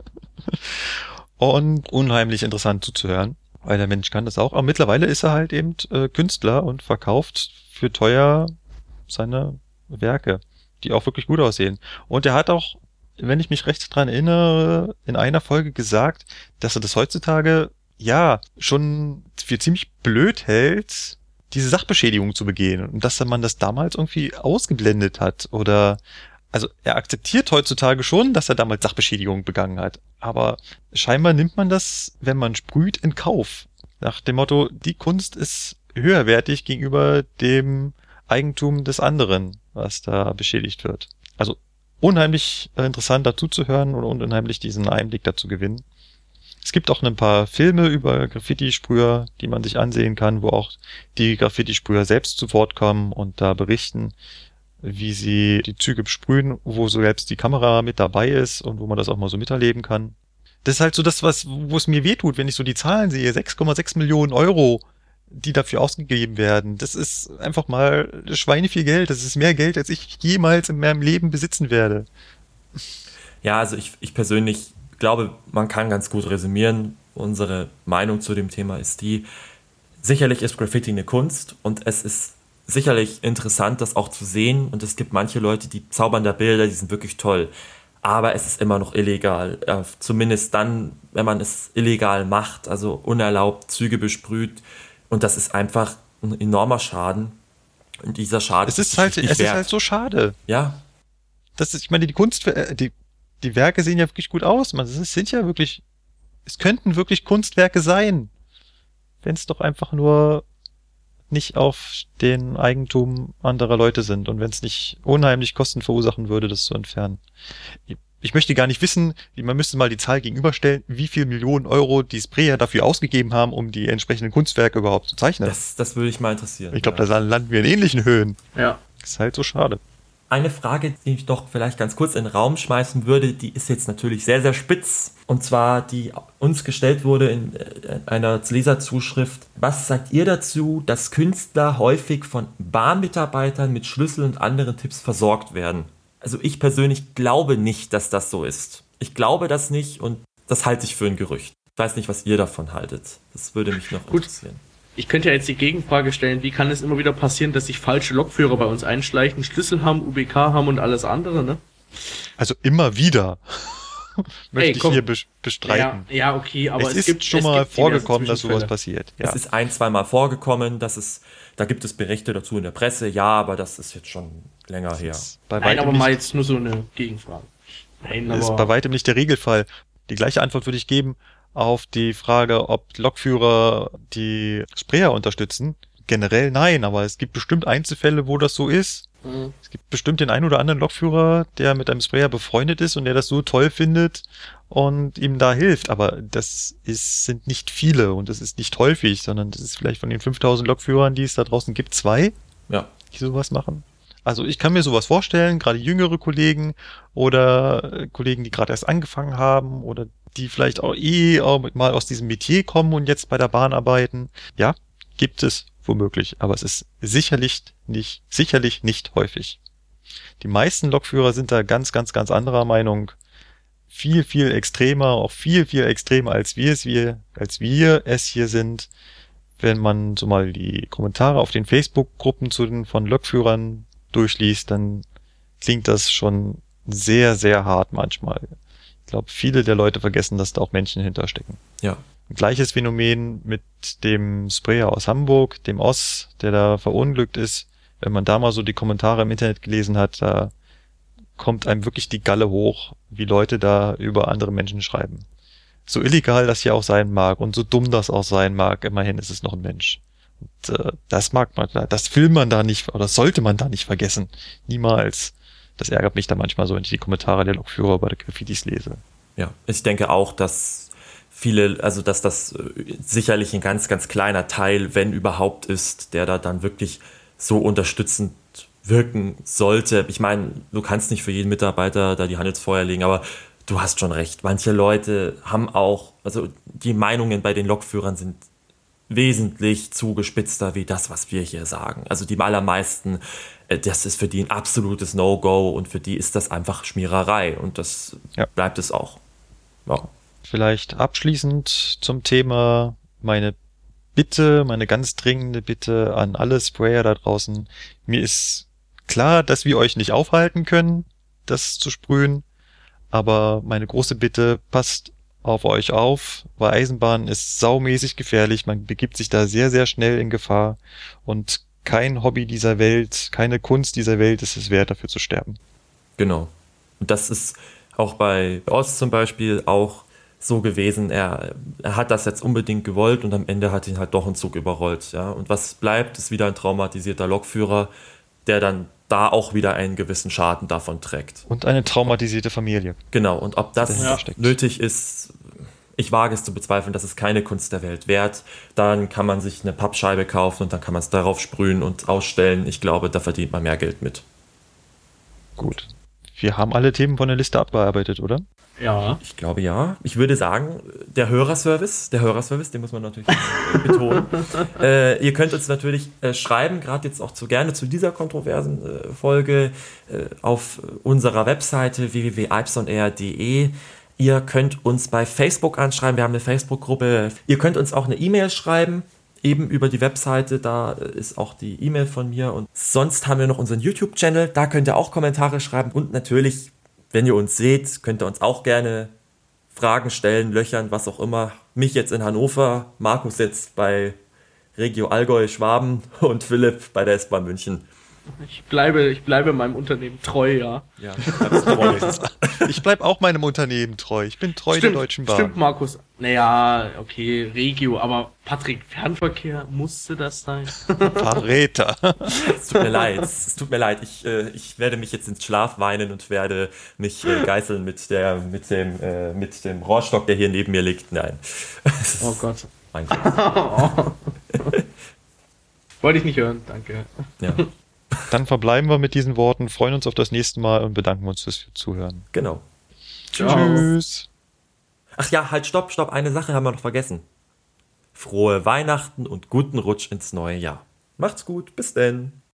und unheimlich interessant zuzuhören, weil der Mensch kann das auch. Aber mittlerweile ist er halt eben äh, Künstler und verkauft für teuer seine Werke, die auch wirklich gut aussehen. Und er hat auch, wenn ich mich recht dran erinnere, in einer Folge gesagt, dass er das heutzutage, ja, schon für ziemlich blöd hält, diese Sachbeschädigung zu begehen. Und dass man das damals irgendwie ausgeblendet hat oder, also er akzeptiert heutzutage schon, dass er damals Sachbeschädigung begangen hat. Aber scheinbar nimmt man das, wenn man sprüht, in Kauf. Nach dem Motto, die Kunst ist höherwertig gegenüber dem Eigentum des anderen, was da beschädigt wird. Also unheimlich äh, interessant dazu zu hören und unheimlich diesen Einblick dazu gewinnen. Es gibt auch ein paar Filme über Graffiti-Sprüher, die man sich ansehen kann, wo auch die Graffiti-Sprüher selbst zu Wort kommen und da berichten, wie sie die Züge besprühen, wo so selbst die Kamera mit dabei ist und wo man das auch mal so miterleben kann. Das ist halt so das, was, wo es mir wehtut, wenn ich so die Zahlen sehe. sechs Komma sechs Millionen Euro, die dafür ausgegeben werden. Das ist einfach mal schweineviel Geld. Das ist mehr Geld, als ich jemals in meinem Leben besitzen werde. Ja, also ich, ich persönlich glaube, man kann ganz gut resümieren. Unsere Meinung zu dem Thema ist die, sicherlich ist Graffiti eine Kunst und es ist sicherlich interessant, das auch zu sehen. Und es gibt manche Leute, die zaubern da Bilder, die sind wirklich toll. Aber es ist immer noch illegal. Äh, zumindest dann, wenn man es illegal macht, also unerlaubt Züge besprüht. Und das ist einfach ein enormer Schaden. Und dieser Schaden Es ist halt, nicht es ist wert. halt so schade. Ja, Das ist, ich meine, die Kunst, äh, die, die Werke sehen ja wirklich gut aus. Man, es sind ja wirklich, es könnten wirklich Kunstwerke sein, wenn es doch einfach nur nicht auf den Eigentum anderer Leute sind und wenn es nicht unheimlich Kosten verursachen würde, das zu entfernen. Ich möchte gar nicht wissen, man müsste mal die Zahl gegenüberstellen, wie viel Millionen Euro die Sprayer dafür ausgegeben haben, um die entsprechenden Kunstwerke überhaupt zu zeichnen. das, das würde ich mal interessieren. Ich glaube, ja. da landen wir in ähnlichen Höhen. Ja. Ist halt so schade. Eine Frage, die ich doch vielleicht ganz kurz in den Raum schmeißen würde, die ist jetzt natürlich sehr, sehr spitz. Und zwar, die uns gestellt wurde in einer Leserzuschrift. Was sagt ihr dazu, dass Künstler häufig von Bahnmitarbeitern mit Schlüssel und anderen Tipps versorgt werden? Also ich persönlich glaube nicht, dass das so ist. Ich glaube das nicht und das halte ich für ein Gerücht. Ich weiß nicht, was ihr davon haltet. Das würde mich noch Gut. interessieren. Ich könnte ja jetzt die Gegenfrage stellen, wie kann es immer wieder passieren, dass sich falsche Lokführer bei uns einschleichen, Schlüssel haben, U B K haben und alles andere, ne? Also immer wieder möchte Ey, ich komm. hier bes- bestreiten. Ja, ja, okay, aber es, es, ist gibt schon es mal gibt diverse vorgekommen, dass sowas Zwischenfälle. passiert. Ja. Es ist ein, zweimal vorgekommen, dass es, da gibt es Berichte dazu in der Presse, ja, aber das ist jetzt schon länger her. Ist bei Nein, weitem aber nicht, mal jetzt nur so eine Gegenfrage. Nein, ist bei aber weitem nicht der Regelfall. Die gleiche Antwort würde ich geben auf die Frage, ob Lokführer die Sprayer unterstützen. Generell nein, aber es gibt bestimmt Einzelfälle, wo das so ist. Mhm. Es gibt bestimmt den einen oder anderen Lokführer, der mit einem Sprayer befreundet ist und der das so toll findet und ihm da hilft. Aber das ist, sind nicht viele und das ist nicht häufig, sondern das ist vielleicht von den fünftausend Lokführern, die es da draußen gibt, zwei, Ja. die sowas machen. Also ich kann mir sowas vorstellen, gerade jüngere Kollegen oder äh, Kollegen, die gerade erst angefangen haben oder die vielleicht auch eh auch mal aus diesem Metier kommen und jetzt bei der Bahn arbeiten. Ja, gibt es womöglich, aber es ist sicherlich nicht, sicherlich nicht häufig. Die meisten Lokführer sind da ganz, ganz, ganz anderer Meinung. Viel, viel extremer, auch viel, viel extremer als wir es, wir, als wir es hier sind. Wenn man so mal die Kommentare auf den Facebook-Gruppen zu den von Lokführern durchliest, dann klingt das schon sehr, sehr hart manchmal. Ich glaube, viele der Leute vergessen, dass da auch Menschen hinterstecken. Ja. Gleiches Phänomen mit dem Sprayer aus Hamburg, dem Oss, der da verunglückt ist. Wenn man da mal so die Kommentare im Internet gelesen hat, da kommt einem wirklich die Galle hoch, wie Leute da über andere Menschen schreiben. So illegal das hier auch sein mag und so dumm das auch sein mag, immerhin ist es noch ein Mensch. Und äh, das mag man, das will man da nicht, oder sollte man da nicht vergessen. Niemals. Das ärgert mich da manchmal so, wenn ich die Kommentare der Lokführer bei der Graffitis lese. Ja, ich denke auch, dass viele, also dass das sicherlich ein ganz, ganz kleiner Teil, wenn überhaupt ist, der da dann wirklich so unterstützend wirken sollte. Ich meine, du kannst nicht für jeden Mitarbeiter da die Hand ins Feuer legen, aber du hast schon recht. Manche Leute haben auch, also die Meinungen bei den Lokführern sind wesentlich zugespitzter wie das, was wir hier sagen. Also die allermeisten, das ist für die ein absolutes No-Go und für die ist das einfach Schmiererei und das ja. bleibt es auch. Ja. Vielleicht abschließend zum Thema meine Bitte, meine ganz dringende Bitte an alle Sprayer da draußen. Mir ist klar, dass wir euch nicht aufhalten können, das zu sprühen, aber meine große Bitte, passt auf euch auf, weil Eisenbahn ist saumäßig gefährlich, man begibt sich da sehr, sehr schnell in Gefahr und kein Hobby dieser Welt, keine Kunst dieser Welt ist es wert, dafür zu sterben. Genau. Und das ist auch bei Ost zum Beispiel auch so gewesen, er, er hat das jetzt unbedingt gewollt und am Ende hat ihn halt doch ein Zug überrollt. Ja? Und was bleibt, ist wieder ein traumatisierter Lokführer, der dann da auch wieder einen gewissen Schaden davon trägt. Und eine traumatisierte Familie. Genau, und ob das ja. nötig ist, ich wage es zu bezweifeln, das ist keine Kunst der Welt wert. Dann kann man sich eine Pappscheibe kaufen und dann kann man es darauf sprühen und ausstellen. Ich glaube, da verdient man mehr Geld mit. Gut. Wir haben alle Themen von der Liste abgearbeitet, oder? Ja. Ich glaube ja. Ich würde sagen, der Hörerservice, der Hörerservice, den muss man natürlich äh, betonen. Äh, ihr könnt uns natürlich äh, schreiben, gerade jetzt auch zu gerne zu dieser kontroversen äh, Folge äh, auf unserer Webseite w w w punkt ipsonair punkt d e. Ihr könnt uns bei Facebook anschreiben, wir haben eine Facebook-Gruppe. Ihr könnt uns auch eine E-Mail schreiben, eben über die Webseite, da ist auch die E-Mail von mir. Und sonst haben wir noch unseren YouTube-Channel, da könnt ihr auch Kommentare schreiben und natürlich, wenn ihr uns seht, könnt ihr uns auch gerne Fragen stellen, löchern, was auch immer. Mich jetzt in Hannover, Markus jetzt bei Regio Allgäu, Schwaben und Philipp bei der S-Bahn München. Ich bleibe, ich bleibe meinem Unternehmen treu, ja. Ja, ganz treu. Ich bleibe auch meinem Unternehmen treu. Ich bin treu Stimmt, der Deutschen Bahn. Stimmt, Markus. Naja, okay, Regio, aber Patrick, Fernverkehr, musste das sein? Verräter. Es tut mir leid, es tut mir leid. Ich, äh, ich werde mich jetzt ins Schlaf weinen und werde mich äh, geißeln mit der, mit dem, äh, mit dem Rohrstock, der hier neben mir liegt. Nein. Oh Gott. Mein Gott. Wollte ich nicht hören, danke. Ja. Dann verbleiben wir mit diesen Worten, freuen uns auf das nächste Mal und bedanken uns fürs Zuhören. Genau. Ciao. Tschüss. Ach ja, halt, stopp, stopp, eine Sache haben wir noch vergessen. Frohe Weihnachten und guten Rutsch ins neue Jahr. Macht's gut, bis denn.